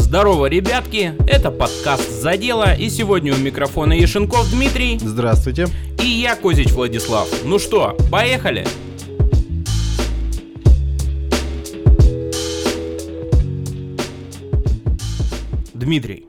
Здорово, ребятки, это подкаст «За дело», и сегодня у микрофона Яшенков Дмитрий. Здравствуйте. И я, Козич Владислав. Ну что, поехали? Дмитрий.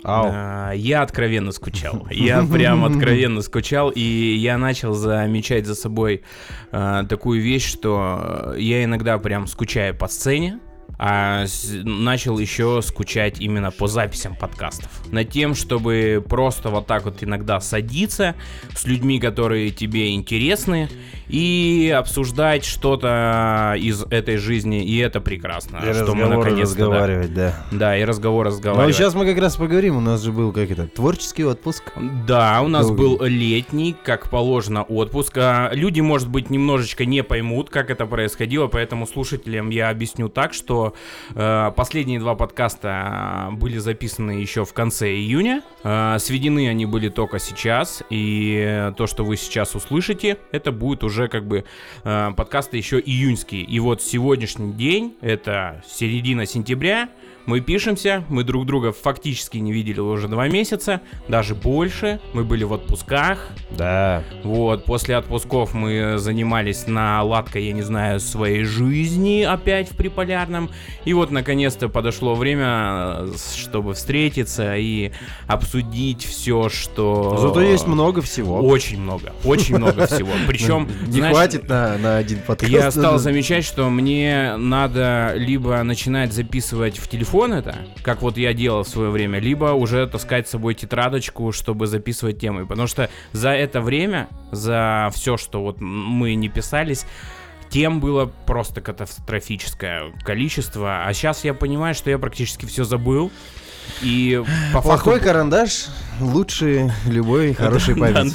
Я откровенно скучал. Я прям откровенно скучал, и я начал замечать за собой такую вещь, что я иногда прям скучаю по сцене, а начал еще скучать именно по записям подкастов. Над тем, чтобы просто вот так вот иногда садиться с людьми, которые тебе интересны, и обсуждать что-то из этой жизни, и это прекрасно. И что мы наконец-то разговаривать, да. Да, и разговаривать. Ну, сейчас мы как раз поговорим, у нас же был, творческий отпуск. Да, у нас был летний, как положено, отпуск. Люди, может быть, немножечко не поймут, как это происходило, поэтому слушателям я объясню так, что последние два подкаста были записаны еще в конце июня. Сведены они были только сейчас, и то, что вы сейчас услышите, это будет уже как бы подкасты еще июньские. И вот сегодняшний день, это середина сентября, мы пишемся, мы друг друга фактически не видели уже 2 месяца, даже больше, мы были в отпусках. Да. Вот, после отпусков мы занимались наладкой, я не знаю, своей жизни опять в Приполярном. И вот, наконец-то, подошло время, чтобы встретиться и обсудить все, что... Зато есть много всего. Очень много всего. Причем, не хватит на один подкаст. Я стал замечать, что мне надо либо начинать записывать в телефон это, как вот я делал в свое время, либо уже таскать с собой тетрадочку, чтобы записывать темы. Потому что за это время, за все, что вот мы не писались, тем было просто катастрофическое количество. А сейчас я понимаю, что я практически все забыл. И по плохой факту... карандаш лучше любой хорошей памяти.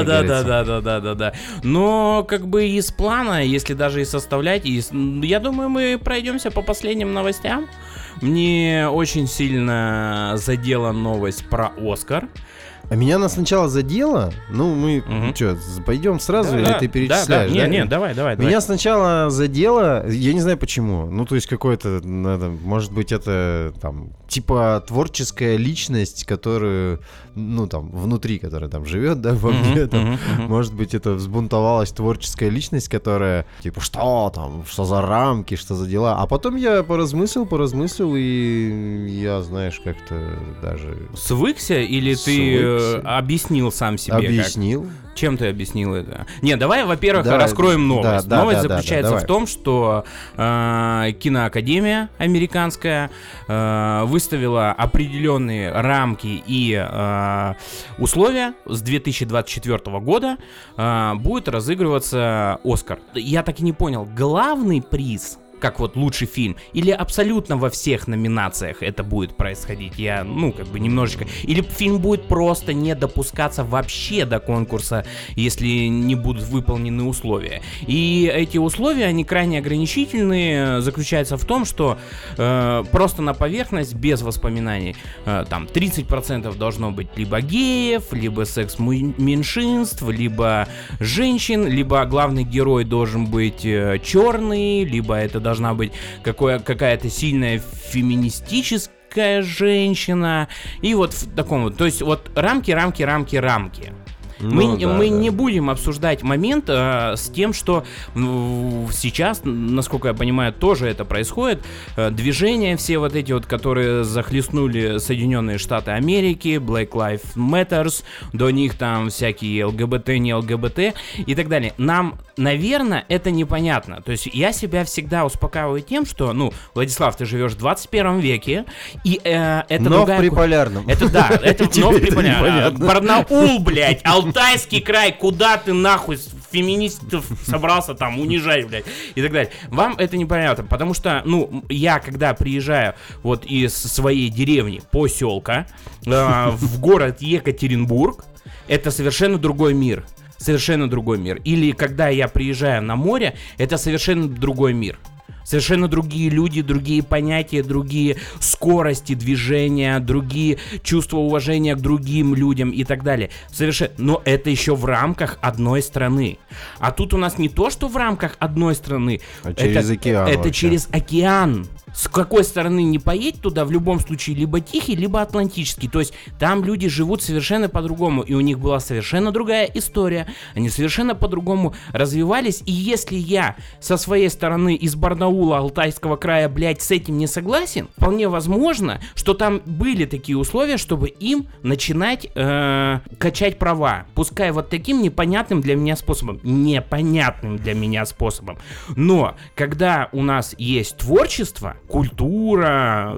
Да. Но как бы из плана, если даже и составлять, я думаю, мы пройдемся по последним новостям. Мне очень сильно задела новость про Оскар. А меня она сначала задела. Ну, мы что, пойдем сразу, или ты перечисляешь? Да, давай. Меня сначала задело, я не знаю почему. Ну, то есть какой-то, может быть, это там типа творческая личность, которую, ну, там, внутри, которая там живет, да, во мне, там, может быть, это взбунтовалась творческая личность, которая, типа, что там, что за рамки, что за дела. А потом я поразмыслил, и я, знаешь, как-то даже... Свыкся, или ты объяснил сам себе? Объяснил. Чем ты объяснил это? Не, давай, во-первых, раскроем новость. Новость заключается в том, что киноакадемия американская выставила определенные рамки и условия. С 2024 года будет разыгрываться Оскар. Я так и не понял, главный приз, как вот лучший фильм, или абсолютно во всех номинациях это будет происходить? Я, немножечко... Или фильм будет просто не допускаться вообще до конкурса, если не будут выполнены условия. И эти условия, они крайне ограничительные, заключаются в том, что просто на поверхность, без воспоминаний, там 30% должно быть либо геев, либо секс-меньшинств, либо женщин, либо главный герой должен быть черный, либо это должна быть какая-то сильная феминистическая женщина. И вот в таком вот. То есть вот рамки. Мы не будем обсуждать момент с тем, что сейчас, насколько я понимаю, тоже это происходит. Движения все вот эти вот, которые захлестнули Соединенные Штаты Америки, Black Lives Matters, до них там всякие ЛГБТ, не ЛГБТ и так далее. Нам, наверное, это непонятно. То есть я себя всегда успокаиваю тем, что, Владислав, ты живешь в 21 веке, и это но другая... в Приполярном. Это да, это но в Приполярном. Барнаул, блядь, Алтайский край, куда ты нахуй феминистов собрался там унижать, блядь, и так далее. Вам это непонятно, потому что, я когда приезжаю вот из своей деревни, поселка, в город Екатеринбург, это совершенно другой мир. Или когда я приезжаю на море, это совершенно другой мир. Совершенно другие люди, другие понятия, другие скорости движения, другие чувства уважения к другим людям и так далее. Совершенно. Но это еще в рамках одной страны. А тут у нас не то, что в рамках одной страны. А через океан Это вообще. через океан. С какой стороны не поедь туда, в любом случае либо Тихий, либо Атлантический. То есть там люди живут совершенно по-другому, и у них была совершенно другая история. Они совершенно по-другому развивались. И если я со своей стороны из Барнаула, Алтайского края, блядь, с этим не согласен, вполне возможно, что там были такие условия, чтобы им начинать качать права. Пускай вот таким непонятным для меня способом. Непонятным для меня способом. Но когда у нас есть творчество, культура,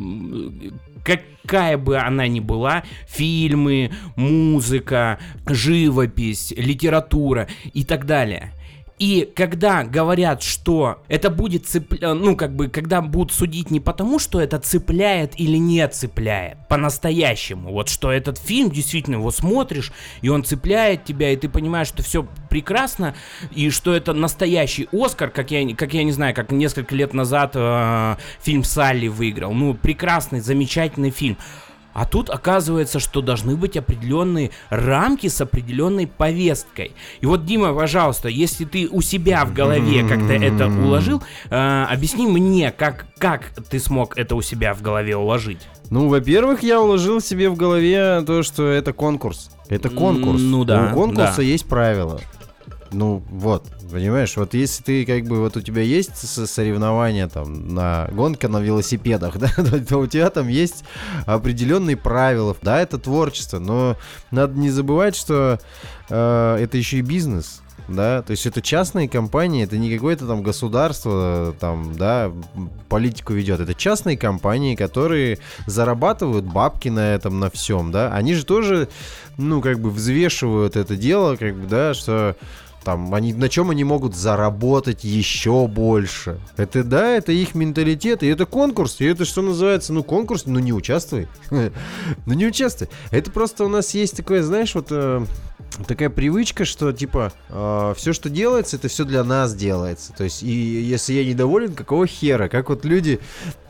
какая бы она ни была, фильмы, музыка, живопись, литература и так далее. И когда говорят, что это будет когда будут судить не потому, что это цепляет или не цепляет, по-настоящему, вот что этот фильм действительно его смотришь, и он цепляет тебя, и ты понимаешь, что все прекрасно, и что это настоящий Оскар, как я не знаю, как несколько лет назад фильм «Салли» выиграл, прекрасный, замечательный фильм. А тут оказывается, что должны быть определенные рамки с определенной повесткой. И вот, Дима, пожалуйста, если ты у себя в голове как-то это уложил, объясни мне, как ты смог это у себя в голове уложить. Ну, во-первых, я уложил себе в голове то, что это конкурс. Это конкурс. Ну да. У конкурса есть правила. Ну, вот, понимаешь, вот если ты вот у тебя есть соревнования там на гонка на велосипедах, да, то у тебя там есть определенные правила, да, это творчество, но надо не забывать, что это еще и бизнес. Да, то есть это частные компании, это не какое-то там государство, там, да, политику ведет. Это частные компании, которые зарабатывают бабки на этом, на всем, да. Они же тоже, взвешивают это дело, да, что там они на чем они могут заработать еще больше. Это, да, это их менталитет, и это конкурс, и это, что называется, конкурс, не участвуй. Не участвуй. Это просто у нас есть такое, знаешь, вот такая привычка, что типа все, что делается, это все для нас делается. То есть, и если я недоволен, какого хера? Как вот люди,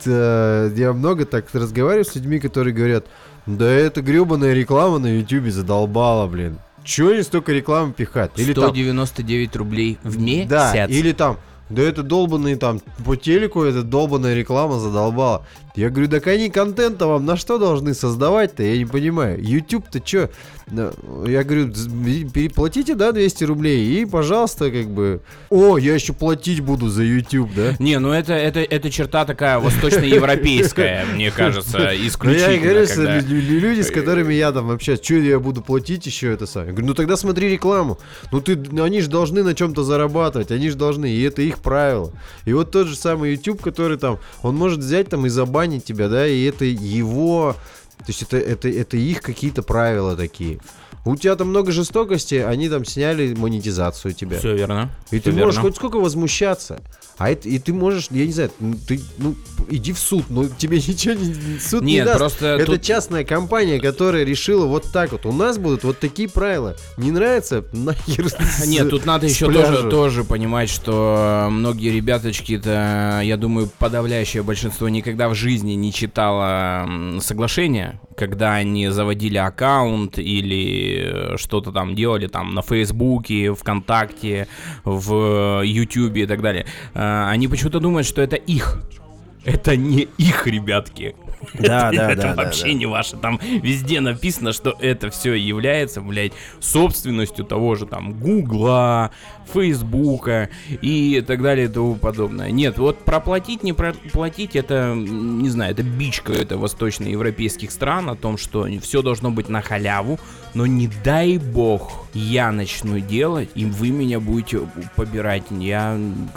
я много так разговариваю с людьми, которые говорят: да это гребаная реклама на Ютубе задолбала, блин. Чего они столько рекламы пихать? Или 199 рублей в месяц. Да, или там, да это долбанный там по телеку, эта долбанная реклама задолбала. Я говорю, да они контент-то вам на что должны создавать-то? Я не понимаю. YouTube-то что? Я говорю, переплатите, да, 200 рублей, и, пожалуйста, О, я еще платить буду за YouTube, да? Не, это черта такая восточноевропейская, мне кажется, исключительно. Я говорю, что люди, с которыми я там общаюсь, что я буду платить еще это самое? Я говорю, тогда смотри рекламу. Они же должны на чем-то зарабатывать, они же должны, и это их правило. И вот тот же самый YouTube, который там, он может взять там и забанить тебя, да, и это его... То есть это их какие-то правила такие. У тебя там много жестокости, они там сняли монетизацию тебя. Все верно. И ты можешь хоть сколько возмущаться. И ты можешь, я не знаю, иди в суд, но тебе ничего суд не даст. Просто это частная компания, которая решила вот так вот. У нас будут вот такие правила. Не нравится? Нахер. Нет, тут надо еще тоже понимать, что многие ребяточки-то, я думаю, подавляющее большинство никогда в жизни не читало соглашения, когда они заводили аккаунт или что-то там делали там на Фейсбуке, ВКонтакте, в Ютубе и так далее. Они почему-то думают, что это их. Это не их, ребятки. Да. Это вообще не ваше. Там везде написано, что это все является, блядь, собственностью того же там Гугла, Фейсбука и так далее и тому подобное. Нет, вот проплатить, не проплатить, это, не знаю, это бичка это восточноевропейских стран о том, что все должно быть на халяву, но не дай бог я начну делать, и вы меня будете побирать. Я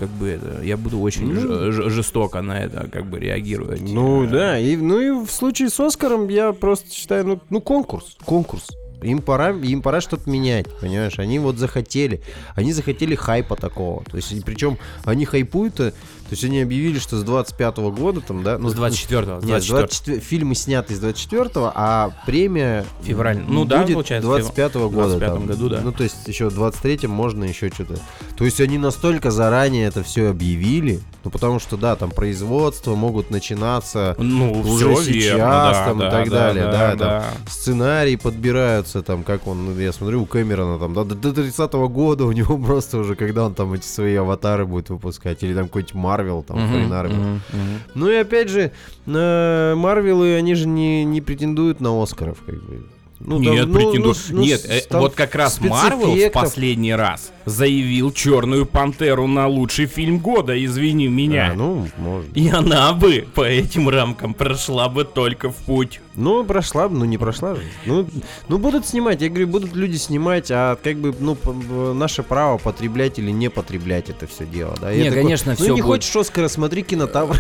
я буду очень жестоко на это реагировать. Да, и в случае с Оскаром я просто считаю, конкурс. Им пора что-то менять, понимаешь? Они вот захотели хайпа такого. То есть, причем они хайпуют, то есть они объявили, что с 25-го года там, да? С 24-го. Нет, фильмы сняты с 24-го, а премия февраль. Будет 25-го года. В 25-м году, да. То есть еще в 23-м можно еще что-то. То есть они настолько заранее это все объявили, Ну, потому что, да, там производства могут начинаться уже уже сейчас, там, и так далее, да, да. там, сценарии подбираются, там, как он, я смотрю, у Кэмерона, там, до 30-го года у него просто уже, когда он там эти свои аватары будет выпускать, или там какой-нибудь Марвел, там, Фейн Армил. Ну, и опять же, Марвелы, они же не претендуют на Оскаров, как бы. Ну, нет, там, нет, вот как раз Марвел в последний раз заявил «Черную пантеру» на лучший фильм года, извини меня. Ну, может. И она бы по этим рамкам прошла бы только в путь. Ну, прошла бы, ну не прошла же. Ну, будут снимать, я говорю, будут люди снимать, а как бы, наше право потреблять или не потреблять это все дело, да. Не, конечно, все не будет... хочешь Оскара, смотри Кинотавр.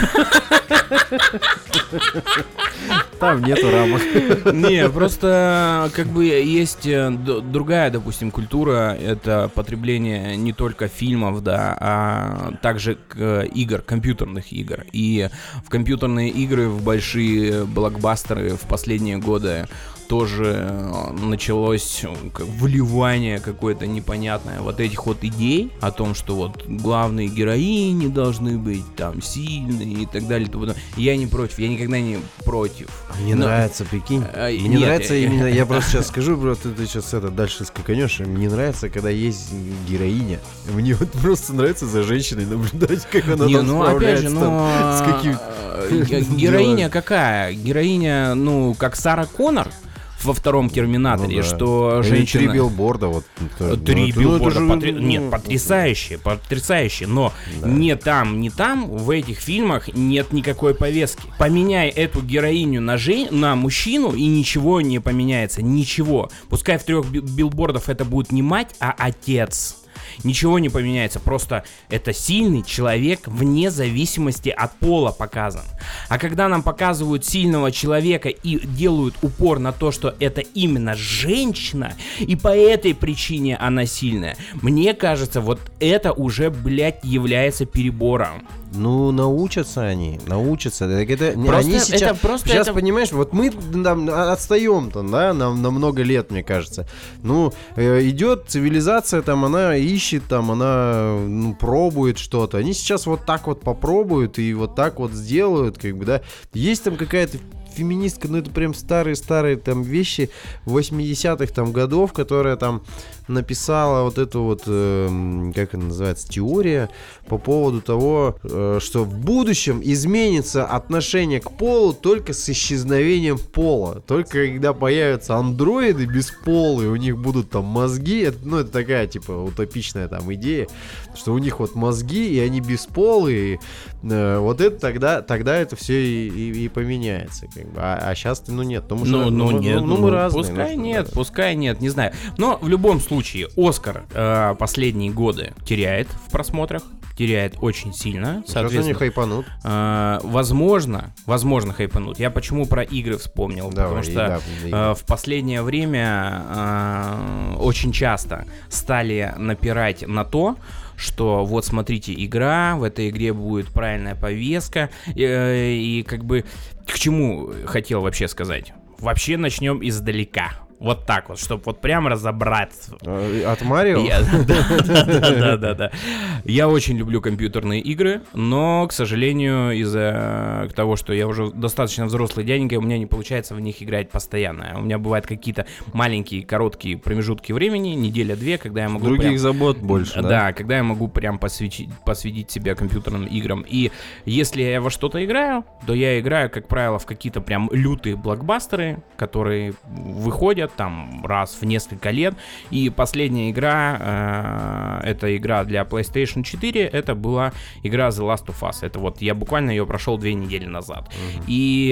Там нету рамок. Не, просто как бы есть другая, допустим, культура. Это потребление не только фильмов, да, а также игр, компьютерных игр. И в компьютерные игры, в большие блокбастеры в последние годы тоже началось вливание какое-то непонятное вот этих вот идей о том, что вот главные героини должны быть там сильные и так далее. Я не против, я никогда не против. Мне нравится, прикинь. Мне нравится именно, я просто сейчас скажу, бро, ты сейчас дальше скаканешь. Мне нравится, когда есть героиня. Мне вот просто нравится за женщиной наблюдать, как она там справляется с каким... Героиня какая? Героиня, как Сара Коннор во втором Терминаторе, что женщина... 3 билборда, вот. 3 билборда, нет, потрясающе, но ни там, в этих фильмах нет никакой повестки. Поменяй эту героиню на мужчину, и ничего не поменяется, ничего. Пускай в 3 билбордах это будет не мать, а отец. Ничего не поменяется, просто это сильный человек вне зависимости от пола показан. А когда нам показывают сильного человека и делают упор на то, что это именно женщина, и по этой причине она сильная, мне кажется, вот это уже, является перебором. Ну, научатся они, научатся. Сейчас, понимаешь, вот мы там отстаем-то, да, на много лет, мне кажется. Ну, идет цивилизация, там, она ищет, там, она пробует что-то. Они сейчас вот так вот попробуют и вот так вот сделают, как бы, да. Есть там какая-то феминистка, это прям старые-старые там вещи 80-х там годов, которая там написала вот эту вот, как она называется, теория по поводу того, что в будущем изменится отношение к полу только с исчезновением пола. Только когда появятся андроиды бесполые, у них будут там мозги, это такая типа утопичная там идея, что у них вот мозги, и они бесполые, вот это тогда это все и поменяется, как бы. А сейчас, нет, потому что мы разные. Пускай нет, не знаю. Но в любом случае Оскар последние годы теряет в просмотрах, теряет очень сильно. Соответственно, они хайпанут. Возможно хайпанут. Я почему про игры вспомнил? Потому что в последнее время очень часто стали напирать на то, что вот смотрите, игра, в этой игре будет правильная повестка, и как бы к чему хотел вообще сказать? Вообще начнем издалека. Вот так вот, чтобы вот прям разобраться. От Марио? Да. Я очень люблю компьютерные игры, но, к сожалению, из-за того, что я уже достаточно взрослый дяденька, у меня не получается в них играть постоянно. У меня бывают какие-то маленькие, короткие промежутки времени, неделя-две, когда я могу... Других забот больше, да? Да, когда я могу прям посвятить себя компьютерным играм. И если я во что-то играю, то я играю, как правило, в какие-то прям лютые блокбастеры, которые выходят там раз в несколько лет. И последняя игра, это игра для PlayStation 4, это была игра The Last of Us. Это вот я буквально ее прошел 2 недели назад. И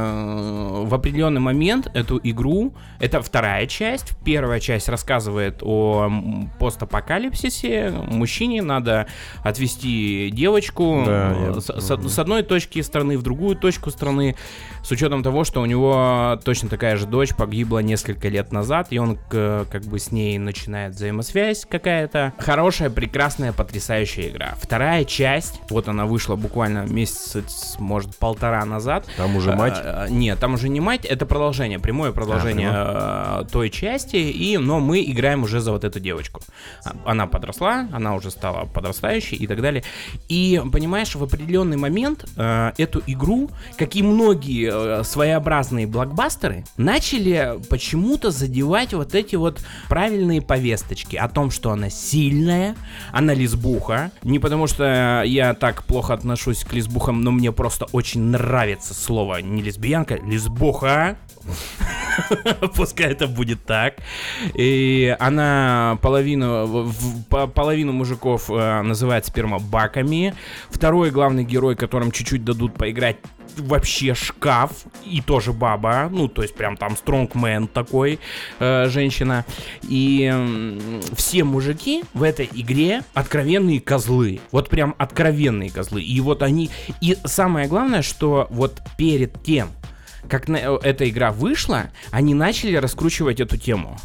в определенный момент эту игру, это вторая часть. Первая часть рассказывает о постапокалипсисе. Мужчине надо отвезти девочку с одной точки страны в другую точку страны, с учетом того, что у него точно такая же дочь погибла несколько несколько лет назад, и он как бы с ней начинает взаимосвязь какая-то. Хорошая, прекрасная, потрясающая игра. Вторая часть, вот она вышла буквально месяц, может, полтора назад. Там уже мать? Нет, там уже не мать, это продолжение, прямое продолжение той части, но мы играем уже за вот эту девочку. Она подросла, она уже стала подрастающей и так далее. И, понимаешь, в определенный момент эту игру, как и многие своеобразные блокбастеры, начали почему-то задевать вот эти вот правильные повесточки о том, что она сильная, она лесбуха. Не потому что я так плохо отношусь к лесбухам, но мне просто очень нравится слово не лесбиянка, лесбуха. Пускай это будет так. И она половину мужиков называет спермобаками. Второй главный герой, которым чуть-чуть дадут поиграть, вообще шкаф. И тоже баба. Ну, то есть прям там стронгмен такой, женщина. И все мужики в этой игре откровенные козлы. Вот прям откровенные козлы. И вот они... И самое главное, что вот перед тем, как эта игра вышла, они начали раскручивать эту тему.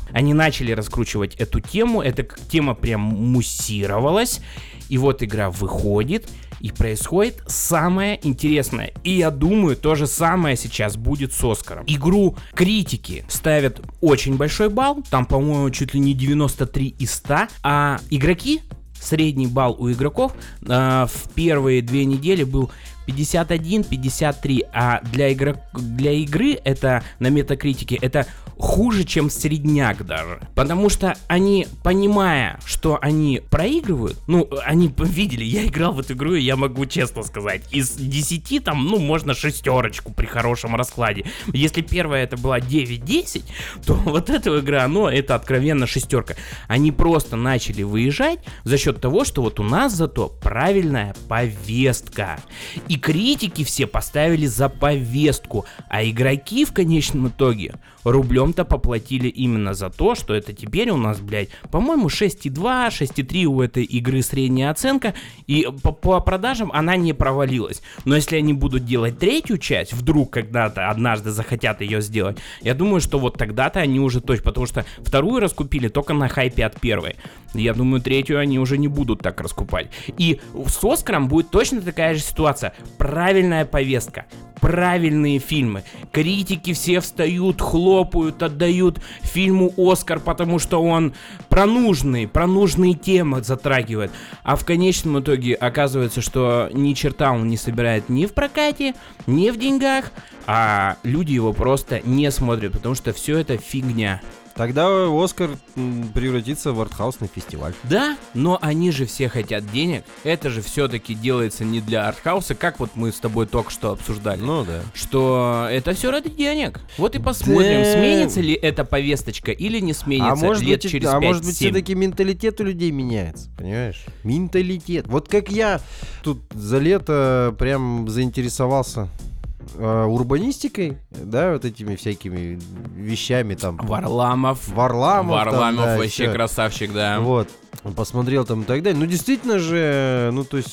Эта тема прям муссировалась. И вот игра выходит, и происходит самое интересное. И я думаю, то же самое сейчас будет с Оскаром. Игру критики ставят очень большой балл. Там, по-моему, чуть ли не 93 из 100. А игроки, средний балл у игроков в первые 2 недели был 51-53, а для игры это на метакритике это хуже, чем средняк даже. Потому что они, понимая, что они проигрывают, они видели, я играл в эту игру, и я могу честно сказать, из 10 там, можно 6 при хорошем раскладе. Если первая это была 9-10, то вот эта игра, это откровенно 6. Они просто начали выезжать за счет того, что вот у нас зато правильная повестка. И критики все поставили за повестку, а игроки в конечном итоге рублем-то поплатили именно за то, что это теперь у нас, по-моему, 6,2, 6,3 у этой игры средняя оценка, и по продажам она не провалилась. Но если они будут делать третью часть, вдруг когда-то однажды захотят ее сделать, я думаю, что вот тогда-то они уже точно, потому что вторую раскупили только на хайпе от первой. Я думаю, третью они уже не будут так раскупать. И с Оскаром будет точно такая же ситуация. Правильная повестка, правильные фильмы. Критики все встают, хлопают, отдают фильму Оскар, потому что он про нужные темы затрагивает. А в конечном итоге оказывается, что ни черта он не собирает ни в прокате, ни в деньгах, а люди его просто не смотрят, потому что все это фигня. Тогда Оскар превратится в артхаусный фестиваль. Да, но они же все хотят денег. Это же все-таки делается не для артхауса, как вот мы с тобой только что обсуждали. Ну да. Что это все ради денег. Вот и посмотрим, сменится ли эта повесточка или не сменится лет через 5-7. А может быть, все-таки менталитет у людей меняется, понимаешь? Менталитет. Вот как я тут за лето прям заинтересовался урбанистикой, да, вот этими всякими вещами там. Варламов там, да, вообще всё. Красавчик, да. Вот. Посмотрел там и так далее. Действительно же,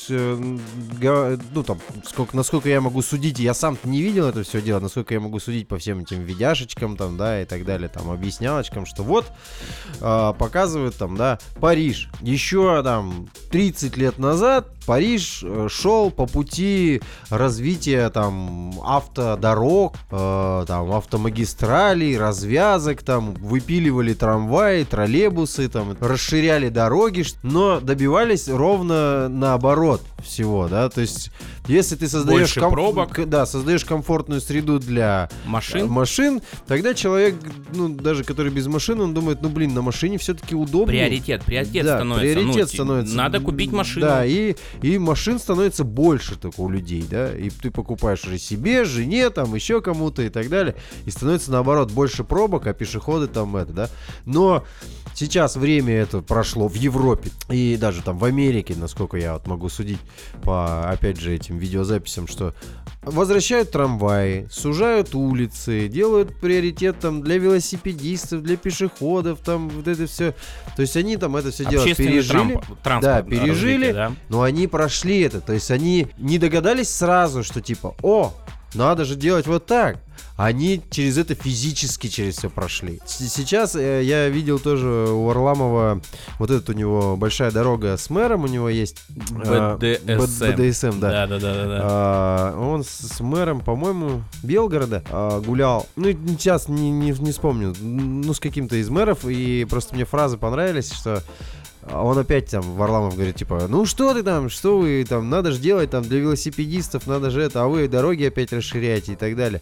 там, насколько я могу судить, я сам-то не видел это все дело, насколько я могу судить по всем этим видяшечкам там, да, и так далее, там, объяснялочкам, что вот показывают там, да, Париж. Еще там 30 лет назад Париж шел по пути развития там автодорог, там автомагистралей, развязок, там выпиливали трамваи, троллейбусы, там расширяли дороги, но добивались ровно наоборот всего, да, то есть если ты создаешь создаешь комфортную среду для машин, тогда человек, даже который без машины, он думает, на машине все-таки удобнее. Приоритет становится. Надо купить машину. Да, и машин становится больше только у людей, да, и ты покупаешь уже себе, жене, там, еще кому-то и так далее, и становится, наоборот, больше пробок, а пешеходы там да. Но сейчас время это прошло в Европе и даже там в Америке, насколько я вот могу судить по, опять же, этим видеозаписям, что возвращают трамваи, сужают улицы, делают приоритет там для велосипедистов, для пешеходов, там вот это все. То есть они там это все дело пережили. Но они прошли это. То есть они не догадались сразу, что типа, надо же делать вот так. Они через это физически через все прошли. Сейчас я видел тоже у Варламова, вот этот у него большая дорога с мэром, у него есть БДСМ, да. Да. Он с мэром, по-моему, Белгорода гулял. Ну, сейчас не вспомню, ну, с каким-то из мэров, и просто мне фразы понравились, что он опять там, Варламов говорит, типа, ну что ты там, что вы там, надо же делать там для велосипедистов, надо же это, а вы дороги опять расширяете и так далее.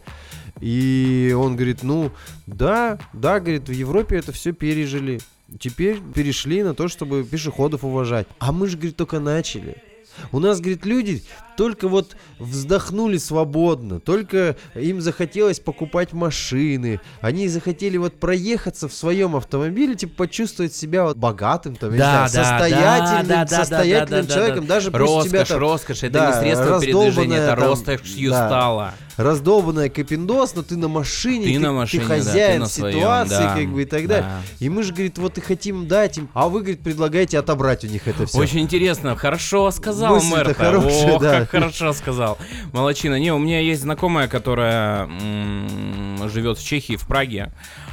И он говорит, ну, да, говорит, в Европе это все пережили. Теперь перешли на то, чтобы пешеходов уважать. А мы же, говорит, только начали. У нас, говорит, люди только вот вздохнули свободно, только им захотелось покупать машины, они захотели вот проехаться в своем автомобиле, типа почувствовать себя вот богатым, там, состоятельным человеком, даже пусть у тебя там... Роскошь, это не средство передвижения, это роскошью стало. Раздолбанная капиндос, но ты на машине, ты хозяин ситуации, как бы и так далее. И мы же, говорит, вот и хотим дать им, а вы, говорит, предлагаете отобрать у них это все. Очень интересно, хорошо сказал мэр. Хорошая, да. Как хорошо сказал. Молодчина. Не, у меня есть знакомая, которая живет в Чехии, в Праге.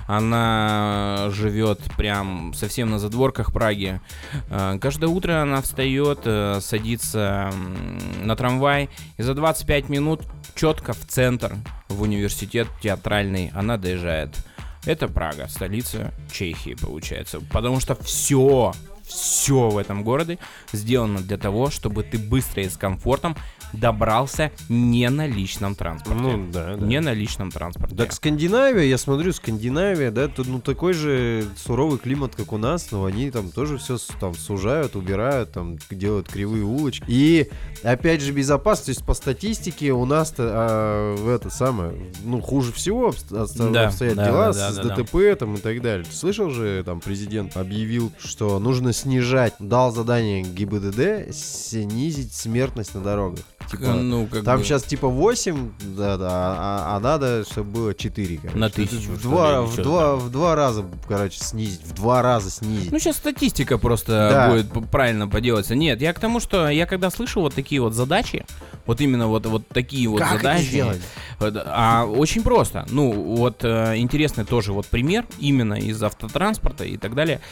Она живет прям совсем на задворках Праги. Каждое утро она встает, садится на трамвай, и за 25 минут четко в центр, в университет театральный, она доезжает. Это Прага, столица Чехии, получается. Потому что все в этом городе сделано для того, чтобы ты быстро и с комфортом добрался не на личном транспорте. Ну, да. Не на личном транспорте. Так Скандинавия, я смотрю, Скандинавия, да, тут, ну, такой же суровый климат, как у нас, но они там тоже все там сужают, убирают, там делают кривые улочки. И, опять же, безопасность, то есть по статистике у нас-то это самое, ну, хуже всего обстоят дела с ДТП там и так далее. Ты слышал же, там, президент объявил, что нужно снижать, дал задание ГИБДД снизить смертность на дорогах. Типа, ну, там бы... сейчас типа 8, а надо, чтобы было 4, короче. На 1000. В два раза, короче, снизить. В 2 раза снизить. Ну, сейчас статистика просто будет правильно поделаться. Нет, я к тому, что я когда слышал вот такие вот задачи, вот именно вот такие вот как задачи. Очень просто. Ну, вот интересный тоже вот пример именно из автотранспорта и так далее.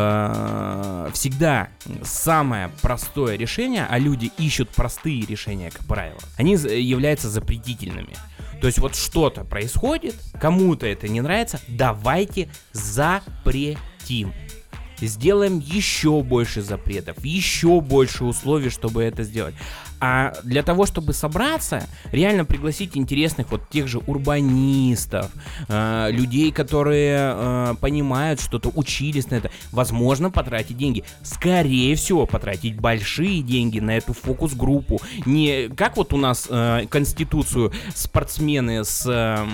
Всегда самое простое решение, а люди ищут простые решения, как правило, они являются запретительными. То есть вот что-то происходит, кому-то это не нравится, давайте запретим. Сделаем еще больше запретов, еще больше условий, чтобы это сделать. А для того, чтобы собраться, реально пригласить интересных вот тех же урбанистов, людей, которые понимают что-то, учились на это, возможно, потратить деньги. Скорее всего, потратить большие деньги на эту фокус-группу. Не как вот у нас конституцию спортсмены с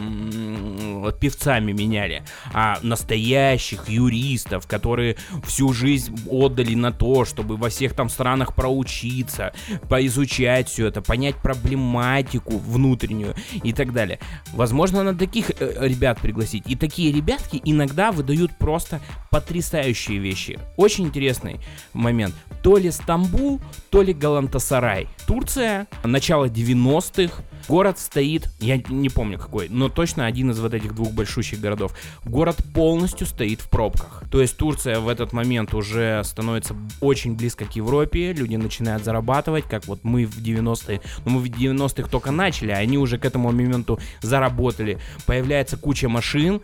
певцами меняли, а настоящих юристов, которые всю жизнь отдали на то, чтобы во всех там странах проучиться, поизучать все это, понять проблематику внутреннюю и так далее. Возможно, надо таких ребят пригласить. И такие ребятки иногда выдают просто потрясающие вещи. Очень интересный момент. То ли Стамбул, то ли Галантасарай. Турция, начало 90-х. Город стоит, я не помню какой, но точно один из вот этих двух большущих городов. Город полностью стоит в пробках. То есть Турция в этот момент уже становится очень близко к Европе. Люди начинают зарабатывать, как вот мы в 90-е. Но мы в 90-х только начали, а они уже к этому моменту заработали. Появляется куча машин,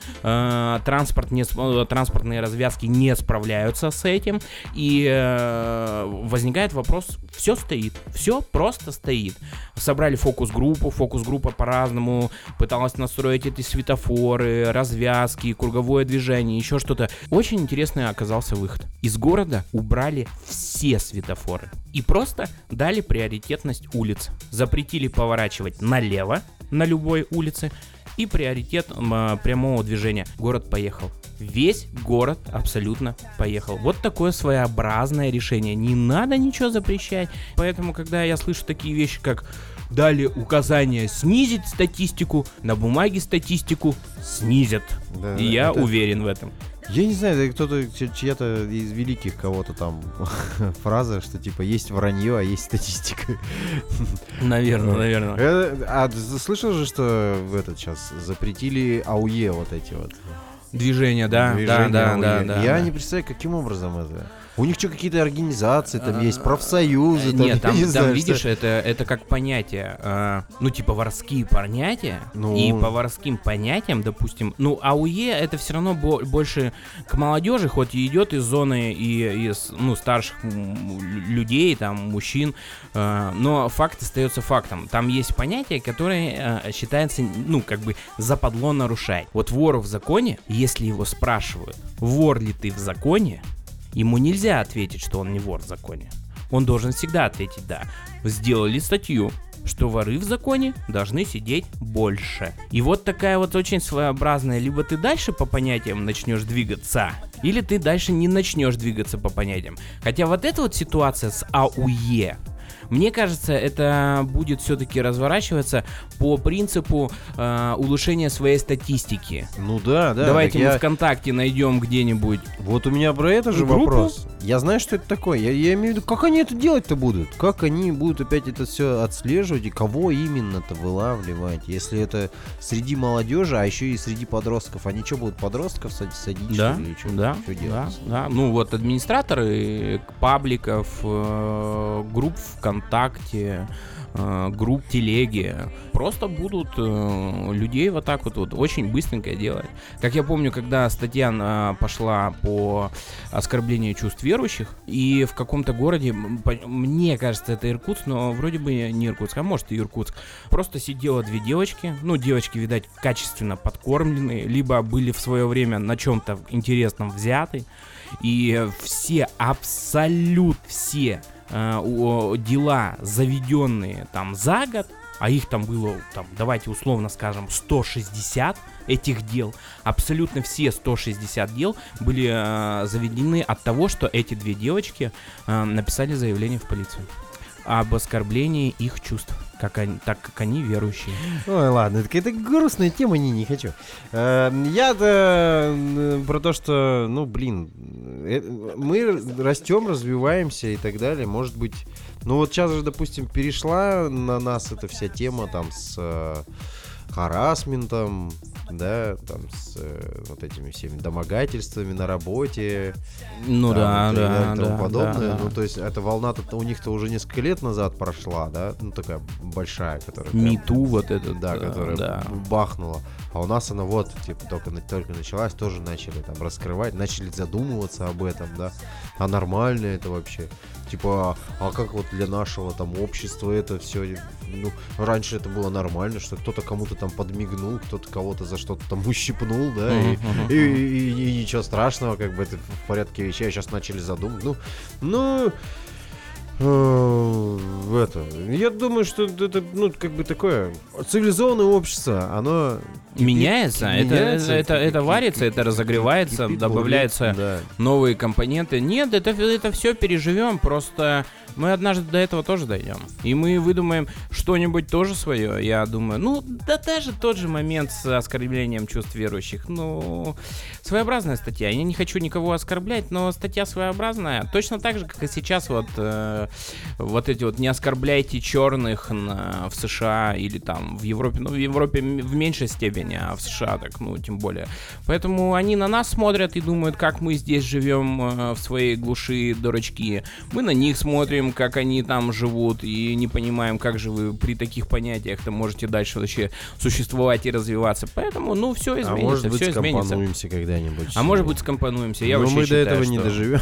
транспортные развязки не справляются с этим. И возникает вопрос, все стоит, все просто стоит. Собрали фокус-группу, фокус-группа по-разному пыталась настроить эти светофоры, развязки, круговое движение, еще что-то. Очень интересный оказался выход. Из города убрали все светофоры и просто дали приоритетность улиц. Запретили поворачивать налево на любой улице и приоритет прямого движения. Город поехал. Весь город абсолютно поехал. Вот такое своеобразное решение. Не надо ничего запрещать. Поэтому, когда я слышу такие вещи, как дали указание снизить статистику, на бумаге статистику снизят. Да, И я это- уверен в этом. Я не знаю, это кто-то, чья-то из великих кого-то там фраза, что типа есть вранье, а есть статистика. Наверное. А ты слышал же, что в этот сейчас запретили АУЕ вот эти вот? Движение, да. Движения АУЕ. Да. Я не представляю, каким образом это. У них что, какие-то организации там есть, профсоюзы там, Нет, я не там знаю, видишь, что- это как понятие, ну, типа воровские понятия, Ну. и по воровским понятиям, допустим, ну, АУЕ это все равно больше к молодежи, хоть и идет из зоны и из, ну, старших людей, там, мужчин, но факт остается фактом. Там есть понятие, которое считается, ну, как бы западло нарушать. Вот вор в законе, если его спрашивают, вор ли ты в законе, ему нельзя ответить, что он не вор в законе. Он должен всегда ответить «да». Сделали статью, что воры в законе должны сидеть больше. И вот такая вот очень своеобразная. Либо ты дальше по понятиям начнешь двигаться, или ты дальше не начнешь двигаться по понятиям. Хотя вот эта вот ситуация с АУЕ, мне кажется, это будет все-таки разворачиваться по принципу улучшения своей статистики. Ну да. Давайте так мы я- ВКонтакте найдем где-нибудь. Вот у меня про это же Группу? вопрос. Я знаю, что это такое. Я имею в виду, как они это делать-то будут? Как они будут опять это все отслеживать и кого именно-то вылавливать? Если это среди молодежи, а еще и среди подростков. Они что, будут подростков садить, Да, что ли? Или что, да, что делать? да. Ну вот администраторы пабликов, групп ВКонтакте, групп телеги просто будут людей вот так вот очень быстренько делать. Как я помню, когда статья пошла по оскорблению чувств верующих, и в каком-то городе, мне кажется, это Иркутск, но вроде бы не Иркутск, а может и Иркутск, просто сидело две девочки, ну, девочки, видать, качественно подкормленные, либо были в свое время на чем-то интересном взяты, и все, абсолютно все дела, заведенные там за год, а их там было, там, давайте условно скажем, 160 этих дел, абсолютно все 160 дел были заведены от того, что эти две девочки написали заявление в полицию об оскорблении их чувств, так как они верующие. Ой, ладно, это какая-то грустная тема, не хочу. Я-то про то, что, ну, блин, мы растем, развиваемся и так далее. Может быть, ну вот сейчас же, допустим, перешла на нас эта вся тема там с харассментом, да, там с вот этими всеми домогательствами на работе. Ну там, да, и тому да, подобное. да. Ну, то есть, эта волна-то у них-то уже несколько лет назад прошла, да, ну, такая большая, которая... МИТУ вот это, Да, которая да. бахнула. А у нас она вот, типа, только началась, тоже начали там раскрывать, начали задумываться об этом, да. А нормально это вообще? Типа, а как вот для нашего там общества это все, ну, раньше это было нормально, что кто-то кому-то там подмигнул, кто-то кого-то за что-то там ущипнул, да, и ничего страшного, как бы это в порядке вещей, а сейчас начали задумывать. Я думаю, что это, ну, как бы такое цивилизованное общество, оно Меняется, меняется, это варится, это разогревается, кипит, добавляются бурлит, да. новые компоненты. Нет, это все переживем, просто мы однажды до этого тоже дойдем. И мы выдумаем что-нибудь тоже свое, я думаю. Ну, да даже тот же момент с оскорблением чувств верующих. Ну, своеобразная статья. Я не хочу никого оскорблять, но статья своеобразная. Точно так же, как и сейчас вот эти вот «не оскорбляйте черных» в США или там в Европе. Ну, в Европе в меньшей степени, а в США так, ну, тем более. Поэтому они на нас смотрят и думают, как мы здесь живем в своей глуши, дурачки. Мы на них смотрим, как они там живут, и не понимаем, как же вы при таких понятиях-то можете дальше вообще существовать и развиваться. Поэтому, ну, все изменится, А может быть, все изменится. скомпонуемся когда-нибудь. А может быть, скомпонуемся. Я но вообще мы считаю, до этого не что- доживем.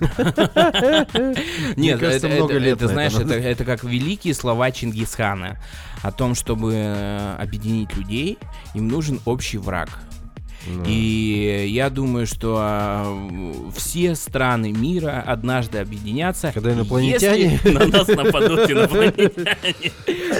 Мне Нет, кажется, много лет это, на знаешь, это это как великие слова Чингисхана о том, чтобы объединить людей, им нужен общий враг. И я думаю, что все страны мира однажды объединятся. Когда инопланетяне если на нас нападут инопланетяне.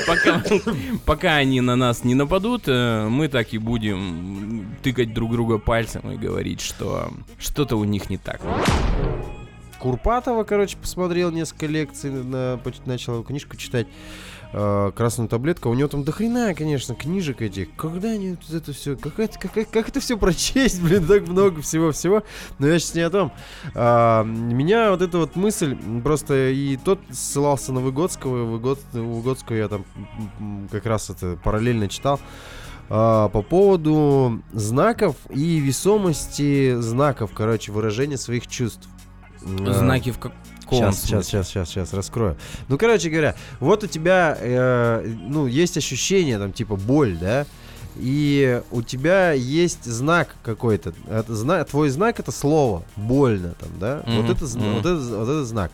Пока они на нас не нападут, мы так и будем тыкать друг друга пальцем и говорить, что что-то у них не так. Курпатова, короче, посмотрел несколько лекций, начал его книжку читать. «Красную таблетку». У него там дохрена, конечно, книжек этих. Когда они это все... Как это все прочесть, блин, так много всего-всего. Но я сейчас не о том. Меня вот эта вот мысль, просто и тот ссылался на Выгодского. Выгодского я там как раз это параллельно читал. По поводу знаков и весомости знаков, короче, выражения своих чувств. Знаки в каком смысле? Сейчас раскрою. Ну, короче говоря, вот у тебя, есть ощущение, там, типа, боль, да? И у тебя есть знак какой-то. Твой знак — это слово. Больно там, да? Вот это знак.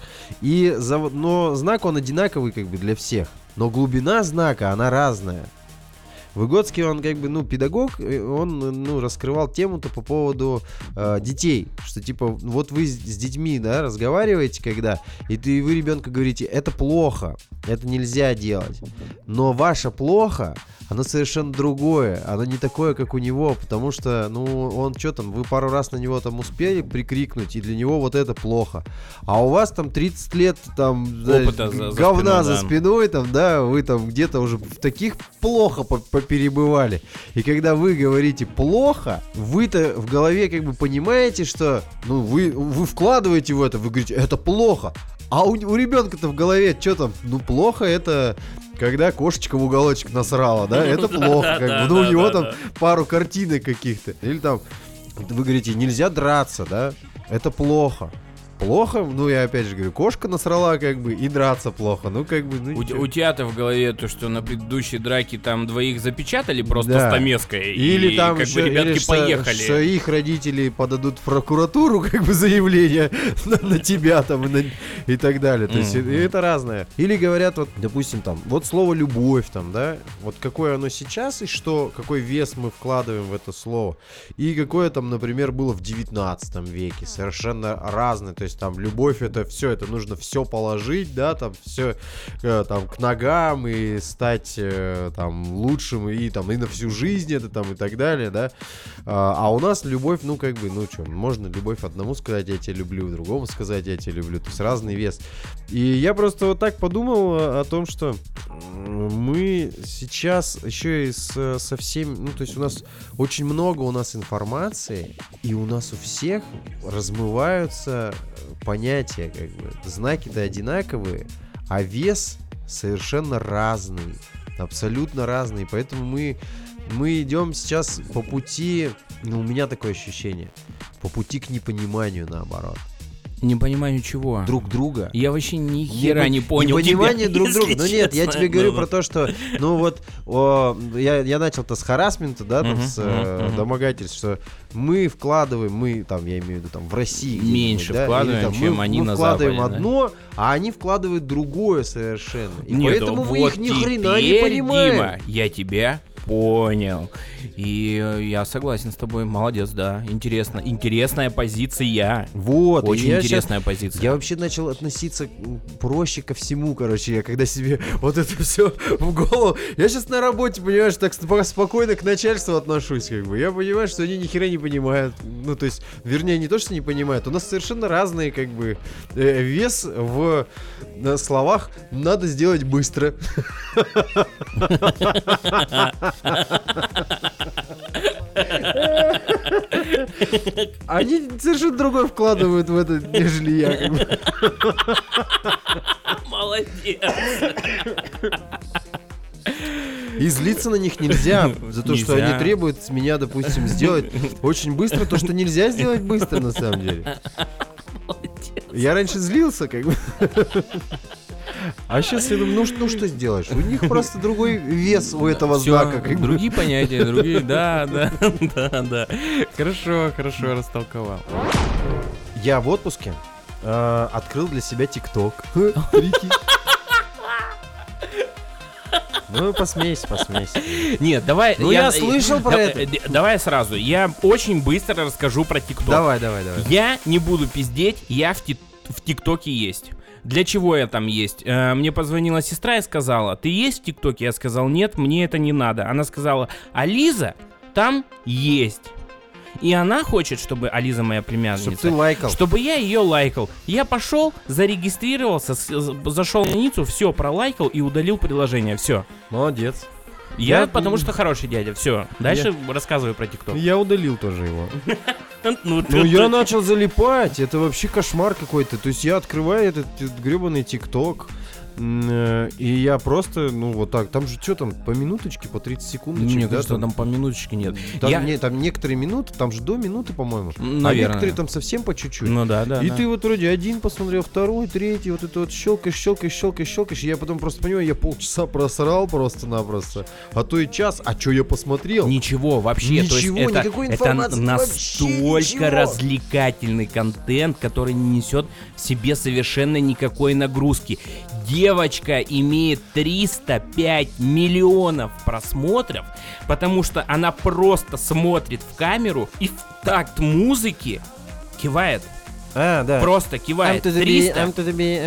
Но знак, он одинаковый как бы для всех. Но глубина знака, она разная. Выгодский, он как бы, педагог, он, раскрывал тему-то по поводу детей, что типа, вот вы с детьми, да, разговариваете когда, и вы ребенку говорите, это плохо, это нельзя делать, но ваше плохо, оно совершенно другое, оно не такое, как у него, потому что, он что там, вы пару раз на него там успели прикрикнуть, и для него вот это плохо, а у вас там 30 лет там опыта говна за спиной, там, да, вы там где-то уже в таких плохо перебывали. И когда вы говорите плохо, вы-то в голове как бы понимаете, что вы вкладываете в это, вы говорите, это плохо. А у ребенка-то в голове что там? Плохо это когда кошечка в уголочек насрала, да? Это плохо. Как бы. У него там пару картинок каких-то. Или там вы говорите, нельзя драться, да? Это плохо. Плохо, я опять же говорю, кошка насрала как бы и драться плохо, у тебя-то в голове то, что на предыдущей драке там двоих запечатали просто стамеской, или и там как еще, бы ребятки или поехали. Что их родители подадут в прокуратуру как бы заявление на тебя там и так далее, то есть это разное. Или говорят, вот, допустим, там, вот слово любовь там, да, вот какое оно сейчас и какой вес мы вкладываем в это слово, и какое там, например, было в 19 веке, совершенно разное. То есть там любовь, это все, это нужно все положить, да, там все там к ногам и стать там лучшим и там и на всю жизнь это там и так далее, да. А у нас любовь, можно любовь одному сказать, я тебя люблю, другому сказать, я тебя люблю, то есть разный вес. И я просто вот так подумал о том, что мы сейчас еще и со всеми, то есть у нас очень много информации, и у нас у всех размываются понятия, как бы. Знаки-то одинаковые, а вес совершенно разный, абсолютно разный. Поэтому мы идем сейчас по пути, у меня такое ощущение, по пути к непониманию, наоборот. Непониманию чего? Друг друга. Я вообще ни хера не понял непонимание тебя, друг друга. честно. Нет, я тебе говорю про то, что, я начал-то с харассмента, да, там, с домогательств, что мы вкладываем, я имею в виду, там, в России. Меньше вкладываем, чем они на Западе. Мы вкладываем одно, а они вкладывают другое совершенно. И нет, поэтому мы вот их ни хрена не понимаем. Дима, я тебя понял. И я согласен с тобой, молодец, да. Интересная позиция. Вот. Очень интересная позиция. Я вообще начал относиться проще ко всему, короче. Я когда себе вот это все в голову... Я сейчас на работе, понимаешь, так спокойно к начальству отношусь, как бы. Я понимаю, что они ни хера не понимают. То есть, вернее, не то, что не понимают. У нас совершенно разные, как бы, вес в словах «надо сделать быстро». Они совершенно другой вкладывают в это, нежели я, как бы. Молодец. И злиться на них нельзя за то, что они требуют с меня, допустим, сделать очень быстро то, что нельзя сделать быстро, на самом деле. Молодец. Я раньше злился, как бы. А сейчас я думаю, что сделаешь? У них просто другой вес у этого знака. Другие понятия, другие, да. Хорошо растолковал. Я в отпуске открыл для себя ТикТок. Прикинь. Ну, посмейся. Нет, давай... Ну, я слышал про это. Давай сразу. Я очень быстро расскажу про ТикТок. Давай. Я не буду пиздеть, я в ТикТоке есть. Для чего я там есть? Мне позвонила сестра и сказала, ты есть в ТикТоке? Я сказал, нет, мне это не надо. Она сказала, а Лиза там есть. И она хочет, чтобы Ализа, моя племянница, чтобы ты лайкал. Чтобы я ее лайкал. Я пошел, зарегистрировался, зашел на страницу, все пролайкал и удалил приложение. Все. Молодец. Потому что хороший дядя. Все. Дальше рассказывай про ТикТок. Я удалил тоже его. Ну, я начал залипать. Это вообще кошмар какой-то. То есть я открываю этот гребаный ТикТок. И я просто, вот так, там же что там, по минуточке, по 30 секундочек, мне да? кажется, там по минуточке нет. Там некоторые минуты, там же до минуты, по-моему. Наверное. А некоторые там совсем по чуть-чуть. Ну да. И ты вот вроде один посмотрел, второй, третий, вот это вот щелкаешь. И я потом просто понимаю, я полчаса просрал просто-напросто. А то и час, а что я посмотрел? Ничего, вообще. Ничего, то есть никакой информации, это настолько развлекательный контент, который не несет в себе совершенно никакой нагрузки. Девочка имеет 305 миллионов просмотров, потому что она просто смотрит в камеру и в такт музыки кивает. Да. Просто кивает. 305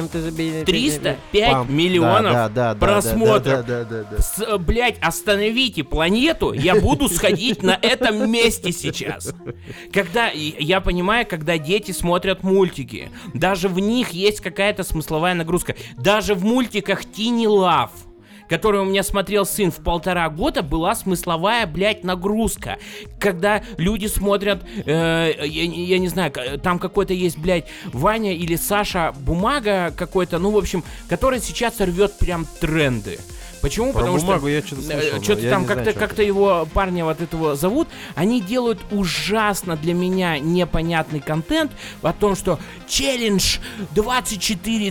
миллионов просмотров. Блять, остановите планету, я буду сходить на этом месте сейчас. Когда, я понимаю, когда дети смотрят мультики, даже в них есть какая-то смысловая нагрузка. Даже в мультиках Tiny Love, который у меня смотрел сын в 1,5 года, была смысловая, блядь, нагрузка. Когда люди смотрят, я не знаю, там какой-то есть, блядь, Ваня или Саша Бумага какой-то, в общем, который сейчас рвет прям тренды. Почему? Про Потому бумагу что я что-то слышал, что-то там как-то его парня вот этого зовут. Они делают ужасно для меня непонятный контент о том, что челлендж 24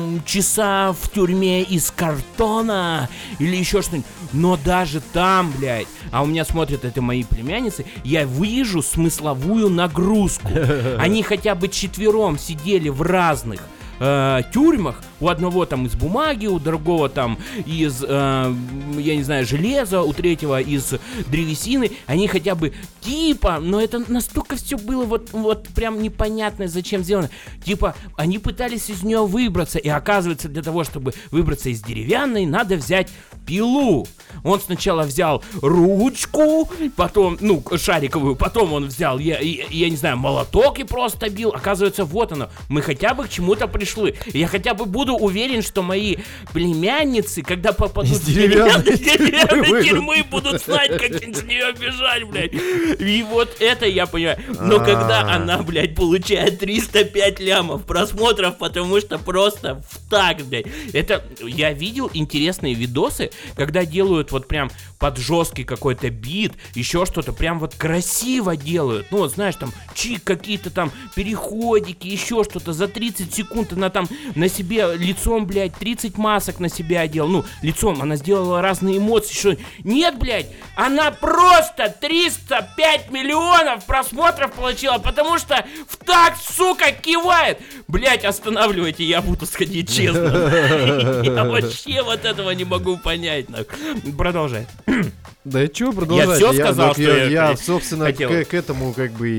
часа в тюрьме из картона или еще что-нибудь. Но даже там, блядь, а у меня смотрят это мои племянницы, я вижу смысловую нагрузку. Они хотя бы четвером сидели в разных тюрьмах, у одного там из бумаги, у другого там из, я не знаю, железа, у третьего из древесины, они хотя бы типа, но это настолько все было вот прям непонятно, зачем сделано, типа, они пытались из нее выбраться, и оказывается, для того, чтобы выбраться из деревянной, надо взять пилу. Он сначала взял ручку, потом, шариковую, потом он взял, я не знаю, молоток и просто бил. Оказывается, вот оно, мы хотя бы к чему-то пришли. Я хотя бы буду уверен, что мои племянницы, когда попадут в деревянной тюрьмы, будут знать, как с нее бежать, блядь. И вот это я понимаю. Но когда она, блядь, получает 305 лямов просмотров, потому что просто в такт, блядь. Это, я видел интересные видосы, когда делают вот прям под жесткий какой-то бит, еще что-то, прям вот красиво делают. Ну вот, знаешь, там, чик, какие-то там переходики, еще что-то, за 30 секунд она там на себе лицом, блядь, 30 масок на себя одела. Лицом она сделала разные эмоции, что... Нет, блядь, она просто 305 миллионов просмотров получила, потому что в такт, сука, кивает. Блядь, останавливайте, я буду сходить, честно. Я вообще вот этого не могу понять. Продолжай. Да и чё продолжать? Я все сказал, что я собственно, к этому как бы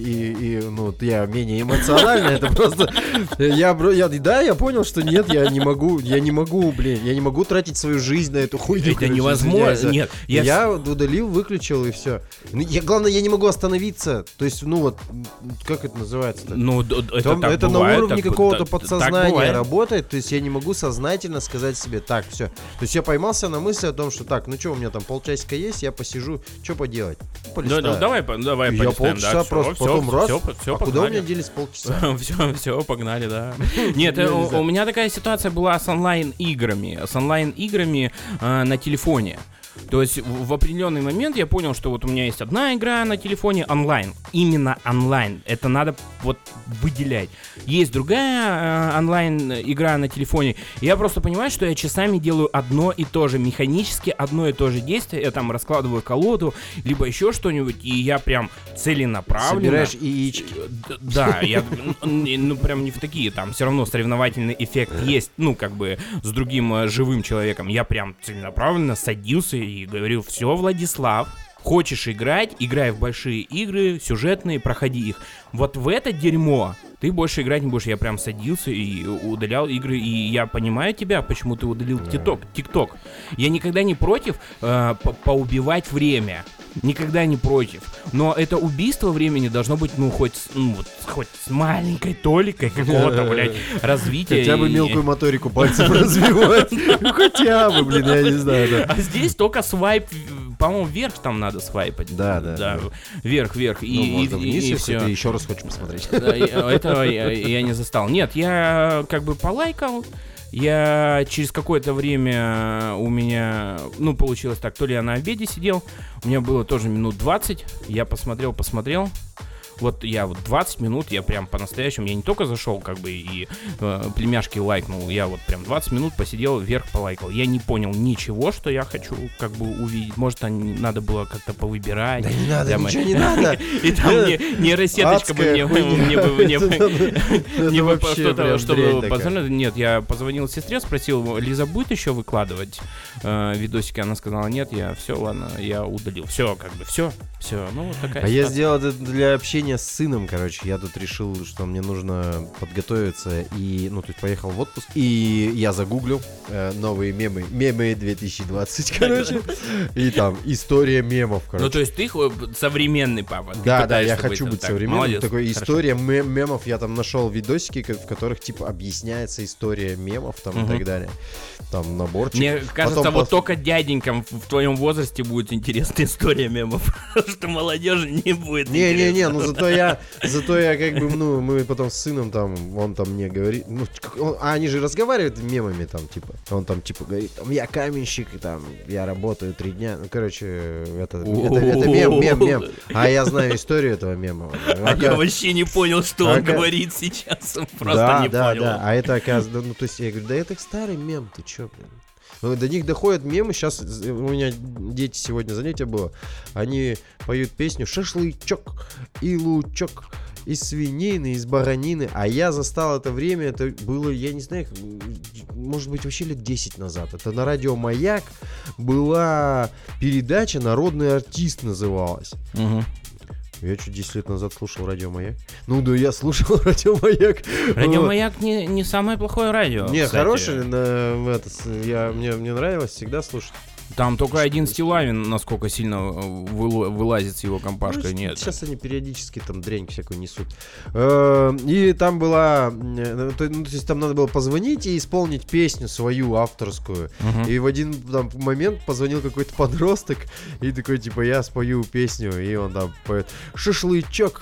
я менее эмоционально, это просто... Я понял, что нет, я не могу тратить свою жизнь на эту хуйню. Это невозможно, нет. Я удалил, выключил и все. Главное, я не могу остановиться, то есть, как это называется? Это на уровне какого-то подсознания работает, то есть я не могу сознательно сказать себе, так, все. То есть я поймался на мысли о том, что так, что у меня там полчасика есть, я посижу, что поделать? Полистаю. Давай я полчаса просто, потом раз, куда у меня делись полчаса? Все, погнали, да. Нет, у меня такая ситуация была с онлайн-играми. На телефоне. То есть в определенный момент я понял, что вот у меня есть одна игра на телефоне онлайн. Именно онлайн. Это надо вот выделять. Есть другая онлайн игра на телефоне. И я просто понимаю, что я часами делаю одно и то же. Механически одно и то же действие. Я там раскладываю колоду, либо еще что-нибудь. И я прям целенаправленно... Собираешь яички. Да, я ну прям не в такие. Там все равно соревновательный эффект есть. Ну как бы с другим живым человеком. Я прям целенаправленно садился и говорил: все, Владислав, хочешь играть, играй в большие игры, сюжетные, проходи их. Вот в это дерьмо ты больше играть не будешь. Я прям садился и удалял игры, и я понимаю тебя, почему ты удалил ТикТок. Я никогда не против поубивать время. Никогда не против. Но это убийство времени должно быть, ну, хоть с маленькой толикой какого-то, блядь, развития. Хотя бы мелкую моторику пальцев развивать. Хотя бы, блин, я не знаю. А здесь только свайп, по-моему, вверх там надо свайпать. Да. Вверх. Ну, можно вниз, если ты еще раз хочешь посмотреть. Этого я не застал. Нет, я как бы полайкал. Я через какое-то время у меня, ну, получилось так, то ли я на обеде сидел, у меня было тоже минут 20, я посмотрел, вот я вот 20 минут, я прям по-настоящему, я не только зашел как бы и племяшки лайкнул, я вот прям 20 минут посидел, вверх полайкал. Я не понял ничего, что я хочу как бы увидеть. Может, надо было как-то повыбирать. Да не надо, ничего не надо. И там нейросеточка бы мне бы что-то, чтобы позвонить. Нет, я позвонил сестре, спросил: Лиза будет еще выкладывать видосики? Она сказала: нет, все, ладно, я удалил. Все, как бы, все, ну вот такая ситуация. Я сделал это для общения с сыном, короче. Я тут решил, что мне нужно подготовиться и, ну, тут поехал в отпуск. И я загуглил новые мемы 2020, короче. И там история мемов, короче. Ну, то есть ты современный папа. Да, я хочу быть современным. Молодец. Такой история мемов. Я там нашел видосики, в которых, типа, объясняется история мемов там и так далее. Там наборчик. Мне кажется, вот только дяденькам в твоем возрасте будет интересная история мемов. Потому что молодежи не будет. Не, ну зато я как бы, ну, мы потом с сыном там, он там мне говорит, ну, они же разговаривают мемами там, типа, он там, типа, говорит, там, я каменщик, там, я работаю 3 дня, ну, короче, это мем, а я знаю историю этого мема. Я вообще не понял, что он говорит сейчас, просто не понял. Да, а это, оказывается, ну, то есть, я говорю, да это старый мем, ты чё, блин? До них доходят мемы. Сейчас у меня дети сегодня занятие было. Они поют песню «Шашлычок и лучок из свинины, из баранины». А я застал это время. Это было, я не знаю, может быть, вообще лет 10 назад. Это на радио «Маяк» была передача «Народный артист» называлась. Угу. Я чуть 10 лет назад слушал радио «Маяк». Ну да, я слушал радио «Маяк». Радио «Маяк» не самое плохое радио. Не, хорошее. Мне нравилось всегда слушать. Там только один Стилавин, насколько сильно вылазит с его компашкой, ну, нет. Сейчас они периодически там дрянь всякую несут. И там была... то есть там надо было позвонить и исполнить песню свою, авторскую. И в один там момент позвонил какой-то подросток и такой, типа, я спою песню. И он там поет «Шашлычок».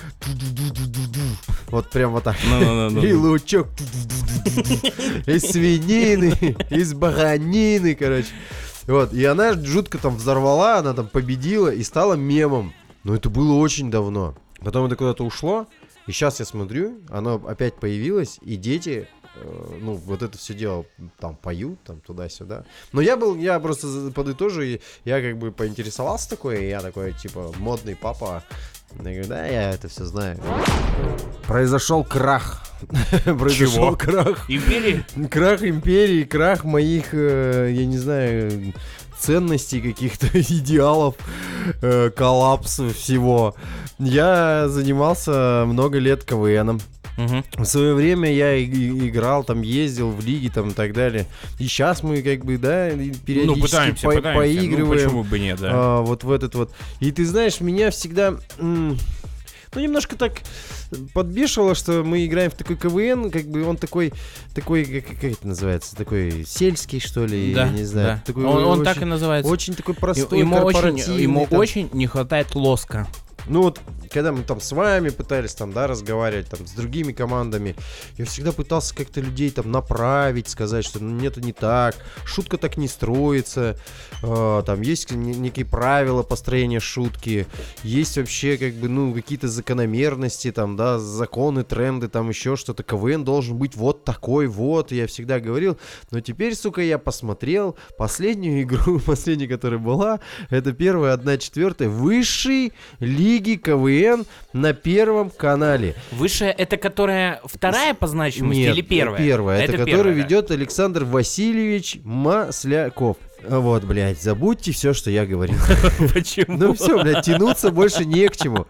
Вот прям вот так. И лучок. Из свинины, из баранины, короче. Вот, и она жутко там взорвала, она там победила и стала мемом. Но это было очень давно. Потом это куда-то ушло, и сейчас я смотрю, оно опять появилось, и дети, ну, вот это все дело там поют, там туда-сюда. Но я просто подытожу, я как бы поинтересовался такой, я такой, типа, модный папа. Я говорю, да, я это все знаю. Произошел крах. Чего? Крах. Империи? Крах империи, крах моих, я не знаю, ценностей, каких-то идеалов, коллапс всего. Я занимался много лет КВНом. В свое время я играл, там ездил в лиги, там и так далее. И сейчас мы как бы, да, периодически пытаемся. поигрываем. Ну, почему бы нет, да. Вот в этот вот. И ты знаешь, меня всегда... Ну, немножко так подбешивало, что мы играем в такой КВН, как бы он такой, как это называется, такой сельский, что ли, да, я не знаю. Да. Такой он очень, так и называется. Очень такой простой, ему корпоративный. ему очень не хватает лоска. Ну вот, когда мы там с вами пытались там, да, разговаривать там с другими командами, я всегда пытался как-то людей там направить, сказать, что ну, это не так, шутка так не строится, там есть некие правила построения шутки, есть вообще как бы, ну, какие-то закономерности, там, да, законы, тренды, там еще что-то, КВН должен быть вот такой вот, я всегда говорил, но теперь, сука, я посмотрел последнюю игру, последняя, которая была, это первая 1/4 высшей лиги КВН на Первом канале. Высшая, это которая вторая по значимости? Нет, или первая? Первая, это первая, который да. ведет Александр Васильевич Масляков. Вот, блядь, забудьте все, что я говорил. Почему? Ну все, блядь, тянуться больше не к чему.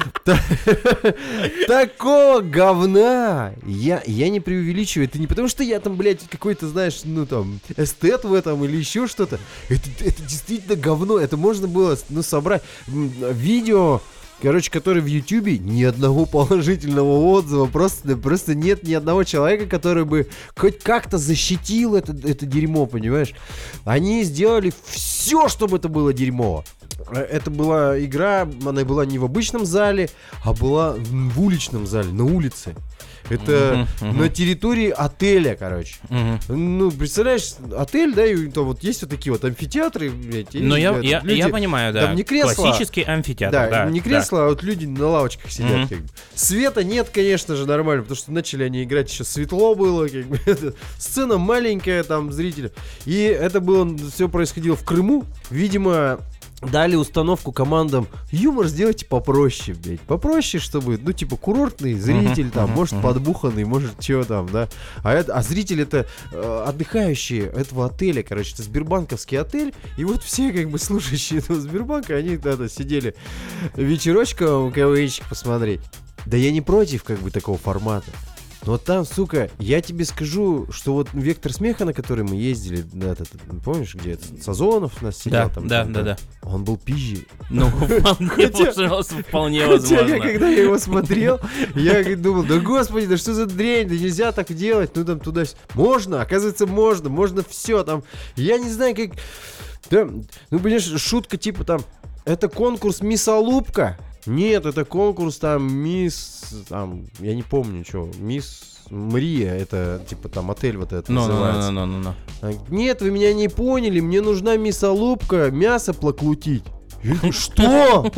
Такого говна я не преувеличиваю. Это не потому, что я там, блядь, какой-то, знаешь, ну там, эстет в этом или еще что-то. Это действительно говно. Это можно было, ну, собрать видео, короче, который в Ютубе, ни одного положительного отзыва, просто нет ни одного человека, который бы хоть как-то защитил это дерьмо, понимаешь? Они сделали все, чтобы это было дерьмово. Это была игра, она была не в обычном зале, а была в уличном зале, на улице. Это на территории отеля, короче. Ну, представляешь, отель, да, и там вот есть вот такие вот амфитеатры, блядь. Но я понимаю, да. Там не кресла, классический амфитеатр, да. Не кресла, а вот люди на лавочках сидят, как бы. Света нет, конечно же, нормально, потому что начали они играть, еще светло было, как бы. Сцена маленькая, там, зрители. И это было, все происходило в Крыму. Видимо, дали установку командам: юмор сделайте попроще, блядь. Попроще, чтобы, ну, типа, курортный зритель, там, может, подбуханный, может, чего там, да. А зритель это отдыхающие этого отеля, короче, это сбербанковский отель. И вот все, как бы, слушающие этого Сбербанка, они тогда сидели вечерочком КВНчик посмотреть. Да я не против, как бы, такого формата. Но там, сука, я тебе скажу, что вот вектор смеха, на который мы ездили, помнишь, где это? Сазонов у нас сидел там. Да. Он был пизжи. Ну, вполне возможно. Хотя, когда я его смотрел, я думал: да господи, да что за дрянь, да нельзя так делать, ну там туда. Можно, оказывается, можно все там. Я не знаю, как. Да, ну, понимаешь, шутка типа там: это конкурс Миссалупка. Нет, это конкурс там мисс, там, я не помню, что, мисс Мрия, это типа там отель вот этот называется. Нет, вы меня не поняли, мне нужна Миссалупка, мясо плакутить. Что?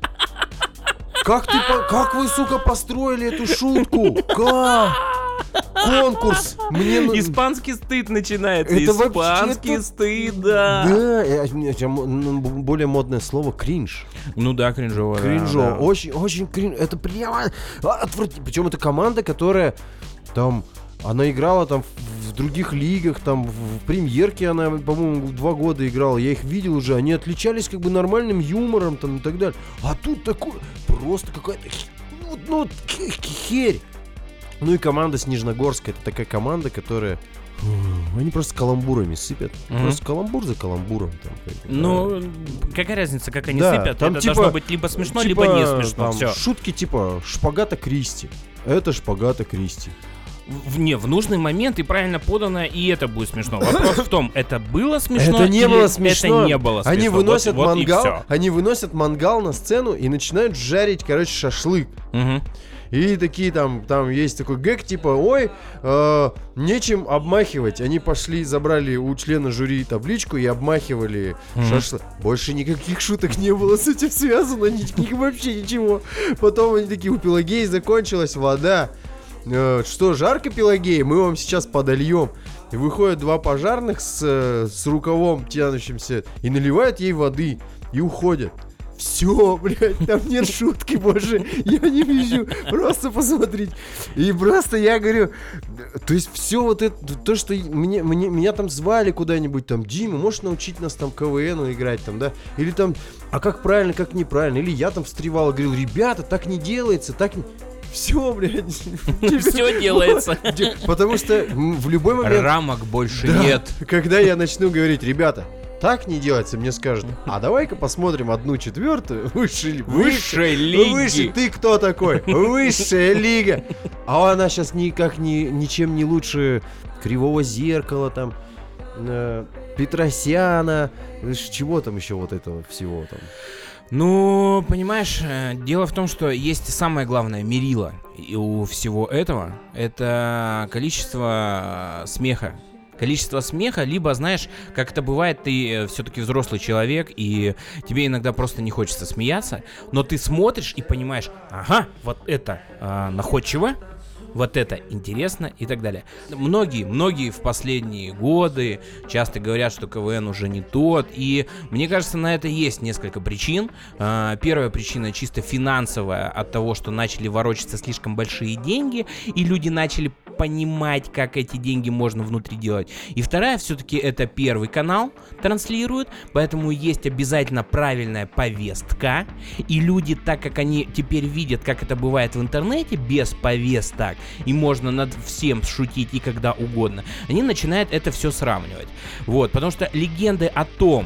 Как вы, сука, построили эту шутку? Как? Конкурс. Испанский стыд начинается. Это Испанский стыд, да. Да, более модное слово — кринж. Ну да, кринжово. Кринжово. Очень кринж. Это прямо отвратительно. Причем это команда, которая там, она играла там в других лигах, там в премьерке она, по-моему, 2 года играла. Я их видел уже. Они отличались как бы нормальным юмором там и так далее. А тут такой просто какая-то херь. Ну и команда Снежногорская, это такая команда, которая... Они просто каламбурами сыпят. Просто каламбур за каламбуром. Там, ну, какая разница, как они да, сыпят? там это типа, должно быть либо смешно, либо не смешно. Там шутки типа шпагата Кристи. Это шпагата Кристи. В нужный момент и правильно подано, и это будет смешно. Вопрос в том, это было смешно, это не было смешно. Это не было смешно. Они выносят вот мангал, они выносят мангал на сцену и начинают жарить, короче, шашлык. И такие там есть такой гэг, типа: ой, нечем обмахивать. Они пошли, забрали у члена жюри табличку и обмахивали шашлык. Больше никаких шуток не было с этим связано, вообще ничего. Потом они такие: у Пелагеи закончилась вода. Что, жарко, Пелагея? Мы вам сейчас подольем. И выходят 2 пожарных с рукавом тянущимся и наливают ей воды. И уходят. Все, блядь, там нет шутки больше. Я не вижу. Просто посмотрите. И просто я говорю, то есть все вот это, то, что меня там звали куда-нибудь, там: Дима, можешь научить нас там КВНу играть там, да? Или там, а как правильно, как неправильно? Или я там встревал и говорил: ребята, так не делается, так не... Все, блядь. Все делается. Потому что в любой момент... Рамок больше нет. Когда я начну говорить: ребята, так не делается, мне скажут: а давай-ка посмотрим 1/4 высшей лиги. Ты кто такой? Высшая лига. А она сейчас ничем не лучше Кривого Зеркала, там, Петросяна, чего там еще вот этого всего там. Ну, понимаешь, дело в том, что есть самое главное мерило у всего этого. Это количество смеха. Количество смеха, либо, знаешь, как это бывает, ты все-таки взрослый человек, и тебе иногда просто не хочется смеяться, но ты смотришь и понимаешь, ага, вот это находчиво, вот это интересно и так далее. Многие в последние годы часто говорят, что КВН уже не тот, и мне кажется, на это есть несколько причин. Первая причина чисто финансовая, от того, что начали ворочаться слишком большие деньги, и люди начали понимать, как эти деньги можно внутри делать. И вторая, все-таки это Первый канал транслирует, поэтому есть обязательно правильная повестка, и люди, так как они теперь видят, как это бывает в интернете, без повесток, и можно над всем шутить и когда угодно, они начинают это все сравнивать. Вот, потому что легенды о том,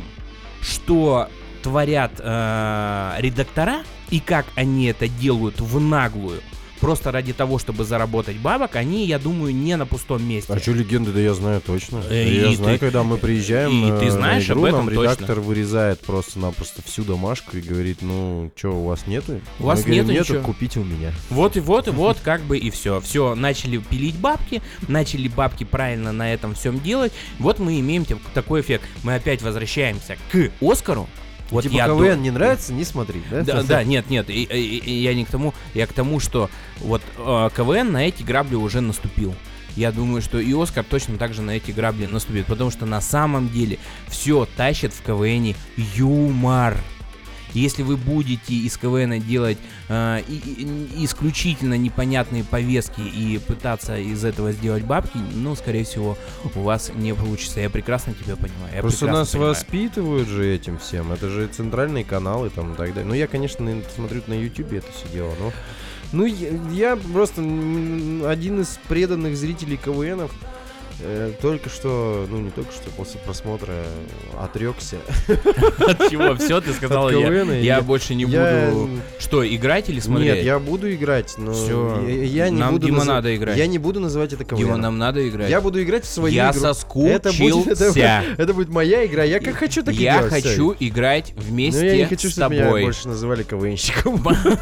что творят редактора и как они это делают в наглую, просто ради того, чтобы заработать бабок, они, я думаю, не на пустом месте. А что легенды, да я знаю точно. Я знаю, когда мы приезжаем и ты знаешь на игру, об этом нам редактор точно. Вырезает просто-напросто всю домашку и говорит, ну, что, у вас нету? У вас Мы говорим, нету ничего. Купите у меня. Вот, как бы и все. Все, начали пилить бабки, начали бабки правильно на этом всем делать. Вот мы имеем такой эффект. Мы опять возвращаемся к Оскару. Вот типа я КВН не нравится, не смотри, да? Да, нет, я не к тому, я к тому, что вот КВН на эти грабли уже наступил. Я думаю, что и Оскар точно так же на эти грабли наступит, потому что на самом деле все тащит в КВНе юмор. Если вы будете из КВН делать исключительно непонятные повестки и пытаться из этого сделать бабки, ну, скорее всего, у вас не получится. Я прекрасно тебя понимаю. Просто нас воспитывают же этим всем. Это же центральные каналы там и так далее. Ну, я, конечно, смотрю на Ютубе это все дело, но... Ну, я просто один из преданных зрителей КВНов. Только что, ну не только что, после просмотра отрекся. От чего? Все, ты сказал, я больше не буду... Что, играть или смотреть? Нет, я буду играть, но я не нам, буду... Дима, надо играть. Я не буду называть это КВН. Дима, нам надо играть. Я буду играть в свою игру. Я соскучился. Это будет моя игра, я как хочу, так и делать. Я хочу играть вместе с тобой. Но я не хочу, чтобы меня больше называли КВНщиком.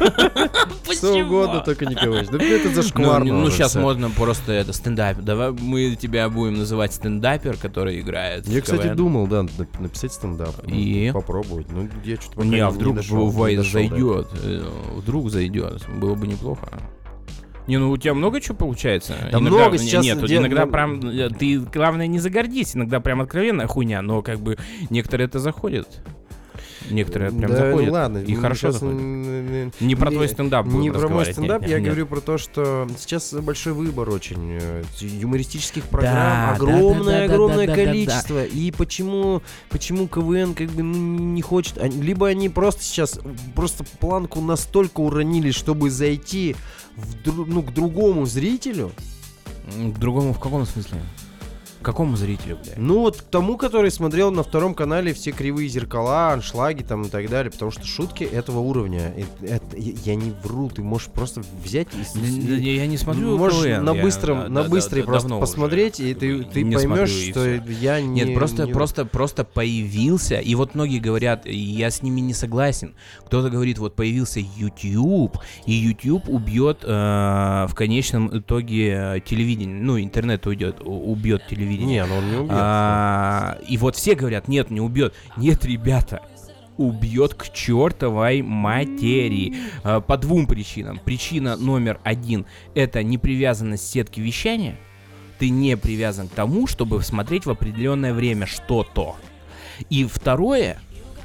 Что угодно, только не КВНщик. Да это зашкварно. Ну, сейчас модно просто это стендап. Давай мы тебя будем называть стендапер, который играет. Я, кстати, думал, да, написать стендап. И попробовать. Ну, я что-то пока не вдруг зайдет. Вдруг зайдет. Было бы неплохо. Не, ну у тебя много чего получается. Да иногда, много сейчас. Нет, иногда прям ты, главное, не загордись. Иногда прям откровенная хуйня, но как бы некоторые это заходят. Некоторые прям заходят. Ну ладно, и хорошо заходят. Не про твой стендап будем разговаривать. Не про мой стендап, нет, я говорю про то, что сейчас большой выбор очень юмористических программ, огромное количество. Да. И почему КВН как бы не хочет, либо они просто сейчас планку настолько уронили, чтобы зайти к другому зрителю. К другому в каком смысле? К какому зрителю, блядь? Ну вот к тому, который смотрел на Втором канале все кривые зеркала, аншлаги там и так далее, потому что шутки этого уровня. Я не вру, ты можешь просто взять и... Я не смотрю можешь КВН. на быстрый просто посмотреть, и ты поймешь, что я не... Нет, просто появился, и вот многие говорят, я с ними не согласен. Кто-то говорит, вот появился YouTube, и YouTube убьет в конечном итоге телевидение, ну интернет убьет телевидение. Не, но он не убьет. И вот все говорят, нет, не убьет. Нет, ребята, убьет к чертовой матери. По двум причинам. Причина номер один — это непривязанность сетки вещания. Ты не привязан к тому, чтобы смотреть в определенное время что-то. И второе,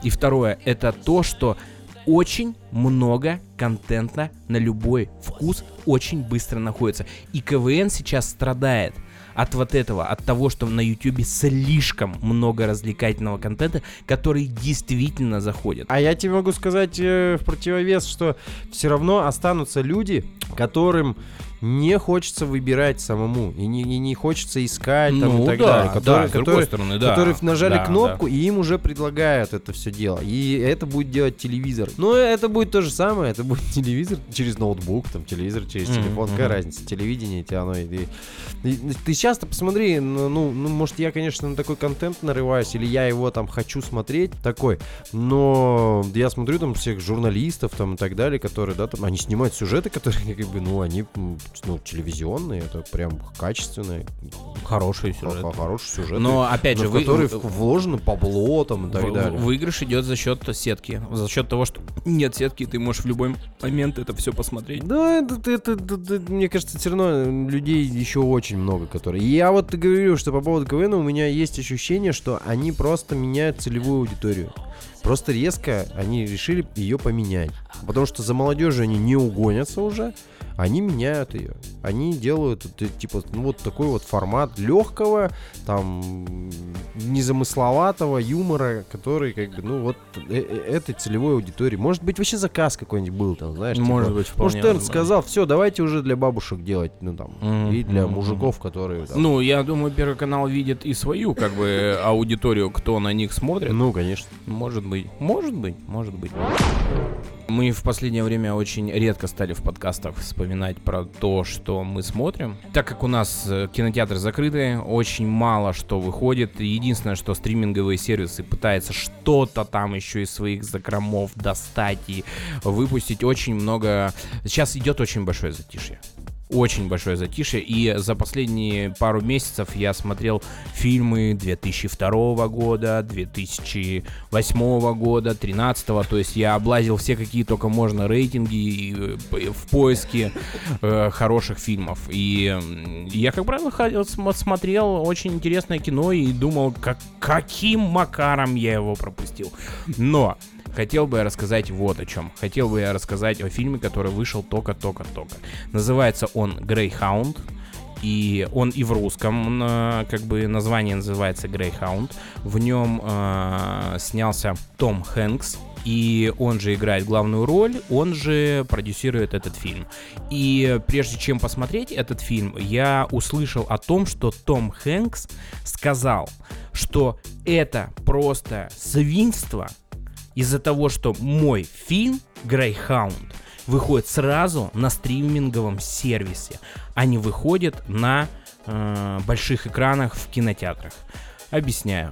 это то, что очень много контента на любой вкус очень быстро находится. И КВН сейчас страдает от вот этого, от того, что на Ютубе слишком много развлекательного контента, который действительно заходит. А я тебе могу сказать в противовес, что все равно останутся люди, которым не хочется выбирать самому, и не хочется искать там, Ну и так да, далее. с другой стороны, да. Которые нажали Да, кнопку, и им уже предлагают это все дело. И это будет делать телевизор. Но это будет то же самое, это будет телевизор через ноутбук, там, телевизор через телефон. Какая разница? Телевидение, оно... Ты часто посмотри, ну, может, я, конечно, на такой контент нарываюсь, или я его там хочу смотреть, такой, но я смотрю там всех журналистов там и так далее, которые, да, там, они снимают сюжеты, которые, как бы, ну, они, ну, телевизионные, это прям качественные. Хороший сюжет. Хороший сюжет. Но, опять же, в который вложено бабло там и так далее. Выигрыш идет за счет сетки. За счет того, что нет сетки, ты можешь в любой момент это все посмотреть. Да, это, мне кажется, все равно людей еще очень много, которые... Я вот говорю, что по поводу КВН у меня есть ощущение, что они просто меняют целевую аудиторию. Просто резко они решили ее поменять. Потому что за молодежью они не угонятся уже, они меняют ее. Они делают, типа, ну вот такой вот формат легкого, там, незамысловатого юмора, который, как бы, ну вот, этой целевой аудитории. Может быть, вообще заказ какой-нибудь был там, знаешь? Может типа, быть, вполне. Может, Эрнст сказал, все, давайте уже для бабушек делать, ну там, и для мужиков, которые... Там, Ну, я думаю, Первый канал видит и свою, как бы, аудиторию, кто на них смотрит. ну, конечно. Может быть. Мы в последнее время очень редко стали в подкастах вспоминать про то, что мы смотрим. Так как у нас кинотеатры закрыты, очень мало что выходит. Единственное, что стриминговые сервисы пытаются что-то там еще из своих закромов достать и выпустить. Очень много... Сейчас идет очень большое затишье. Очень большое затишье, и за последние пару месяцев я смотрел фильмы 2002 года, 2008 года, 2013, то есть я облазил все какие только можно рейтинги в поиске хороших фильмов, и я, как правило, смотрел очень интересное кино и думал, каким макаром я его пропустил, но... Хотел бы я рассказать вот о чем. Хотел бы я рассказать о фильме, который вышел только-только-только. Называется он «Грейхаунд». И он и в русском, как бы, название называется «Грейхаунд». В нем снялся Том Хэнкс. И он же играет главную роль, он же продюсирует этот фильм. И прежде чем посмотреть этот фильм, я услышал о том, что Том Хэнкс сказал, что это просто свинство, из-за того, что мой фильм «Грейхаунд» выходит сразу на стриминговом сервисе, а не выходит на больших экранах в кинотеатрах. Объясняю.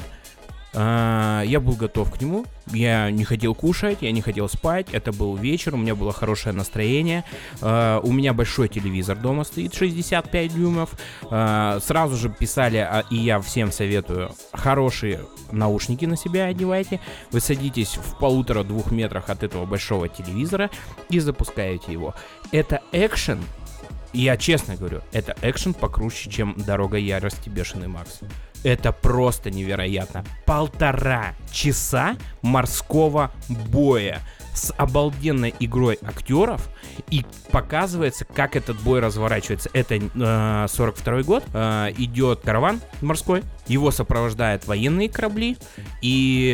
Я был готов к нему, я не хотел кушать, я не хотел спать, это был вечер, у меня было хорошее настроение, у меня большой телевизор дома стоит, 65 дюймов, сразу же писали, и я всем советую, хорошие наушники на себя одевайте, вы садитесь в 1,5-2 метрах от этого большого телевизора и запускаете его. Это экшен. Я честно говорю, это экшен покруче, чем «Дорога ярости. Бешеный Макс». Это просто невероятно. 1,5 часа морского боя с обалденной игрой актеров, и показывается, как этот бой разворачивается. Это 42-й год, идет караван морской, его сопровождают военные корабли, и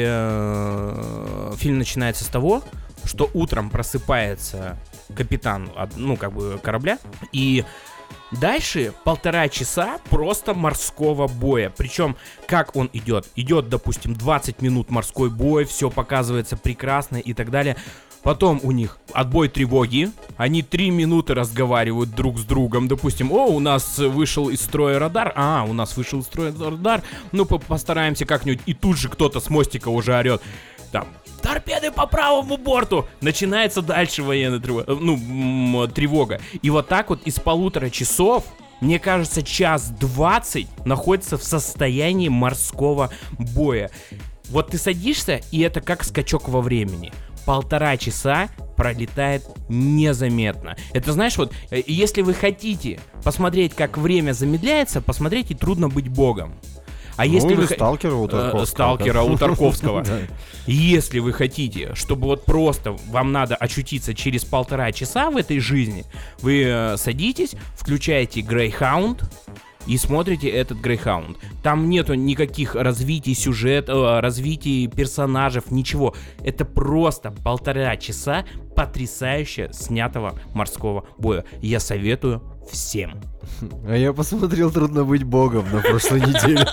фильм начинается с того, что утром просыпается капитан, ну, как бы, корабля, и дальше 1,5 часа просто морского боя. Причем, как он идет? Идет, допустим, 20 минут морской бой, все показывается прекрасно и так далее. Потом у них отбой тревоги, они 3 минуты разговаривают друг с другом, допустим, у нас вышел из строя радар, у нас вышел из строя радар, ну постараемся как-нибудь, и тут же кто-то с мостика уже орет, там, торпеды по правому борту, начинается дальше военная тревога, и вот так вот из 1,5 часов, мне кажется, 1:20 находится в состоянии морского боя. Вот ты садишься, и это как скачок во времени. 1,5 часа пролетает незаметно. Это, знаешь, вот, если вы хотите посмотреть, как время замедляется, посмотрите «Трудно быть богом». А если вы Сталкера у Тарковского. Сталкера у Тарковского. Если вы хотите, чтобы вот просто вам надо очутиться через 1,5 часа в этой жизни, вы садитесь, включаете Greyhound и смотрите этот Greyhound. Там нету никаких развитий сюжета, развитий персонажей, ничего. Это просто 1,5 часа потрясающе снятого морского боя. Я советую всем. А я посмотрел «Трудно быть богом» на прошлой неделе.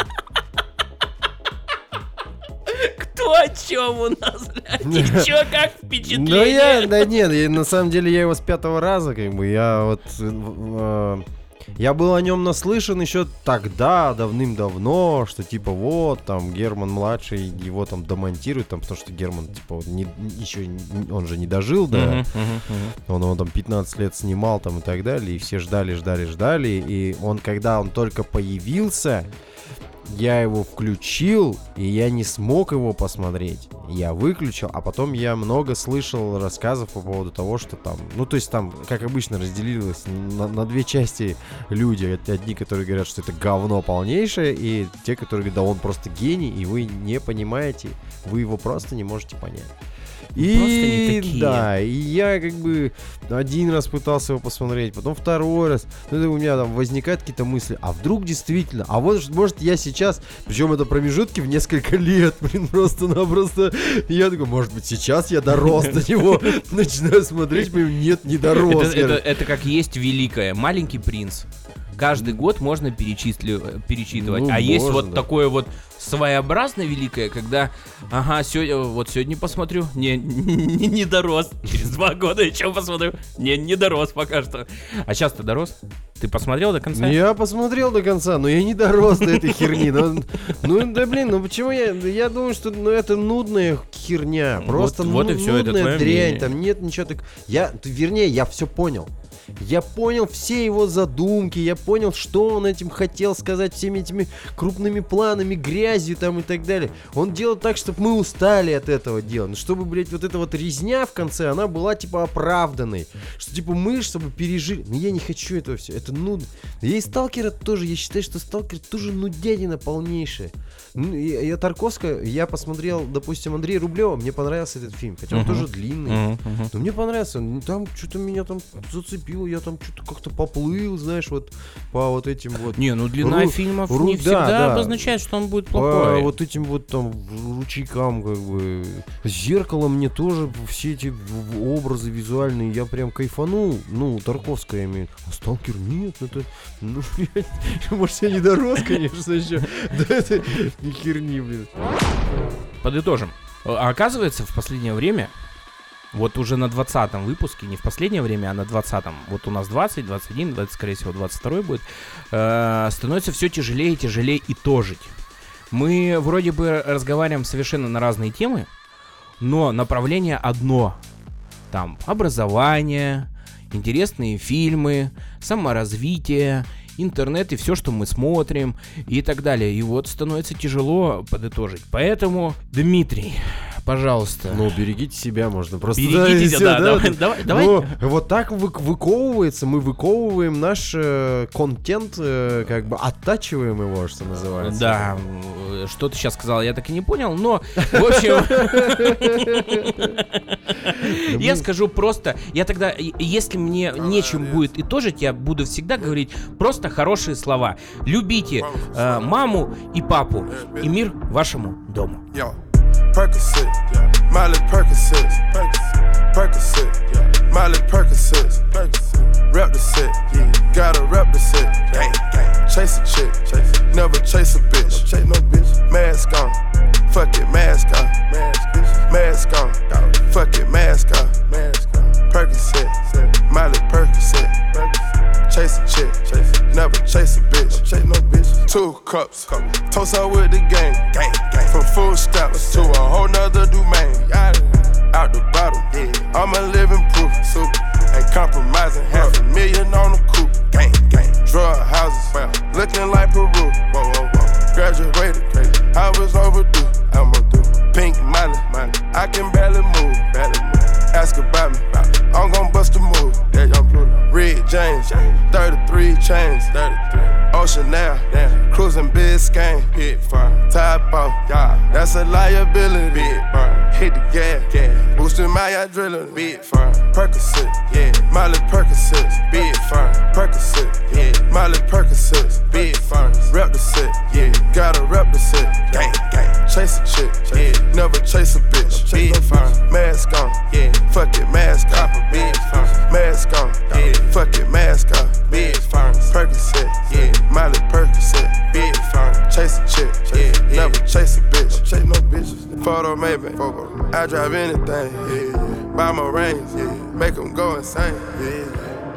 Кто о чем у нас, блядь? И чё, как впечатление? На самом деле я его с 5-го раза, как бы, я был о нем наслышан еще тогда, давным-давно, что типа вот, там, Герман-младший, его там домонтируют, там, потому что Герман, типа, он же не дожил, да, он его там 15 лет снимал, там, и так далее, и все ждали, и когда он только появился, я его включил, и я не смог его посмотреть. Я выключил, а потом я много слышал рассказов по поводу того, что там... Ну, то есть там, как обычно, разделилось на две части люди. Одни, которые говорят, что это говно полнейшее, и те, которые говорят, да он просто гений, и вы не понимаете, вы его просто не можете понять. И да, и я как бы один раз пытался его посмотреть, потом второй раз. Ну, у меня там возникают какие-то мысли, а вдруг действительно, а вот может я сейчас, причем это промежутки в несколько лет, блин, просто-напросто. Я такой, может быть сейчас я дорос до него, начинаю смотреть, нет, не дорос. Это как есть великое, «Маленький принц». Каждый год можно перечитывать. Ну, есть можно, вот такое вот своеобразно великое, когда, сегодня посмотрю, не дорос. Через 2 года еще посмотрю, не дорос пока что. А сейчас ты дорос? Ты посмотрел до конца? Я посмотрел до конца, но я не дорос до этой херни. Почему я думаю, что это нудная херня. Просто вот и всё, это нудная твоё дрянь. мнение. Там нет ничего так. Я все понял. Я понял все его задумки, я понял, что он этим хотел сказать, всеми этими крупными планами, грязью там и так далее. Он делал так, чтобы мы устали от этого дела. Чтобы, блядь, вот эта вот резня в конце, она была, типа, оправданной. Что, типа, мы, чтобы пережили... Но я не хочу этого все, это нудно. Я и «Сталкера» тоже, я считаю, что «Сталкер» тоже нудятина полнейшая. Я Тарковского, я посмотрел, допустим, Андрея Рублева, мне понравился этот фильм, хотя он тоже длинный. Но мне понравился, там что-то меня там зацепило, я там что-то как-то поплыл, знаешь, вот по вот этим вот... Длина фильмов не всегда обозначает, что он будет плохой. По вот этим вот там ручейкам, как бы... «Зеркало» мне тоже, все эти образы визуальные, я прям кайфанул. Тарковская я имею. А «Сталкер» нет, это... блядь, может, я не дорос, конечно, еще. Да это ни херни, блин. Подытожим. А оказывается, в последнее время, вот уже на 20-м выпуске, не в последнее время, а на 20-м, вот у нас 20, 21, скорее всего, 22-й будет, становится все тяжелее и тяжелее итожить. Мы вроде бы разговариваем совершенно на разные темы, но направление одно. Там образование, интересные фильмы, саморазвитие, интернет и все, что мы смотрим и так далее. И вот становится тяжело подытожить. Поэтому, Дмитрий, пожалуйста. Берегите себя, можно просто... Берегите себя, давай. Вот так выковывается, мы выковываем наш контент, как бы оттачиваем его, что называется. Да, что ты сейчас сказал, я так и не понял, но, в общем... Я скажу просто, я тогда, если мне нечем будет итожить, я буду всегда говорить просто хорошие слова. Любите маму и папу, и мир вашему дому. Percocet, Miley Percocet, Percocet, Miley Percocet, rep the set, gotta rep the set, chase a chick, never chase a bitch, chase no bitch, mask on, fuck it, mask on, mask on, fuck it, mask on, Percocet, Miley Percocet, chase a chick, never chase a bitch, chase no bitch. 2 cups, toast her with the gang, from food stamps to a whole nother domain. Out the bottom, I'm a living proof. Ain't compromising, $500,000 on the coupe. Drug houses, looking like Peru. Graduated, I was overdue. I'ma do pink money, I can barely move. Ask about me, I'm gon' bust a move. Red James, 33 chains, Ocean now, cruising Biscayne, top off, that's a liability. Hit the gas, boosting my adrenaline, Percocet, yeah. Miley Percocet, big firm. Percocet, yeah. Miley Percocet, big firm. Rep the set, yeah. Gotta rep the set, gang, gang. Chase a chick, yeah. Never chase a bitch, big firm. Mask on, yeah. Fuck it, mask off, big firm. Mask on, yeah. Fuck it, mask off, big firm. Percocet, yeah. Miley Percocet, big firm. Chase a chick, yeah. Never chase a bitch, chase no bitches. Photo maybe, I drive anything, yeah. Buy my rings, yeah. Make them go insane, yeah.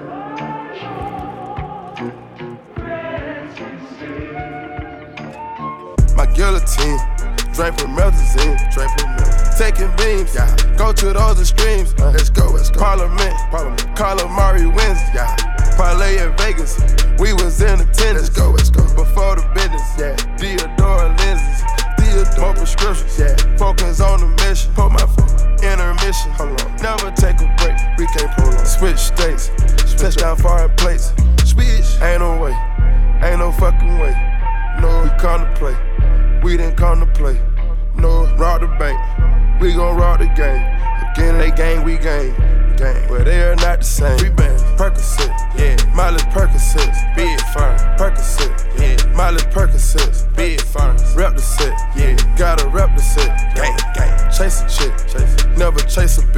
My guillotine, drink from Melazine, taking beams, yeah. Go to those extremes, let's go. Parliament, Calamari wins, yeah. Parlay in Vegas, we was in attendance, let's go. Before the business, yeah. Theodore lenses, more prescriptions, yeah. Focus on the mission, put my phone, intermission, hold on. Never take a break, we can't prolong. Switch states, touchdown foreign plates, switch, ain't no way, ain't no fucking way. No, we come to play, we didn't come to play. No, rob the bank, we gon' rob the game. Again, they gang, we gang. But they are not the same. We been Percocet, yeah. Miley Percocet, big firm. Percocet, yeah. Miley Percocet, big firm. Rep the set, yeah. Gotta rep the set, gang, gang. Chase a chick, never chase a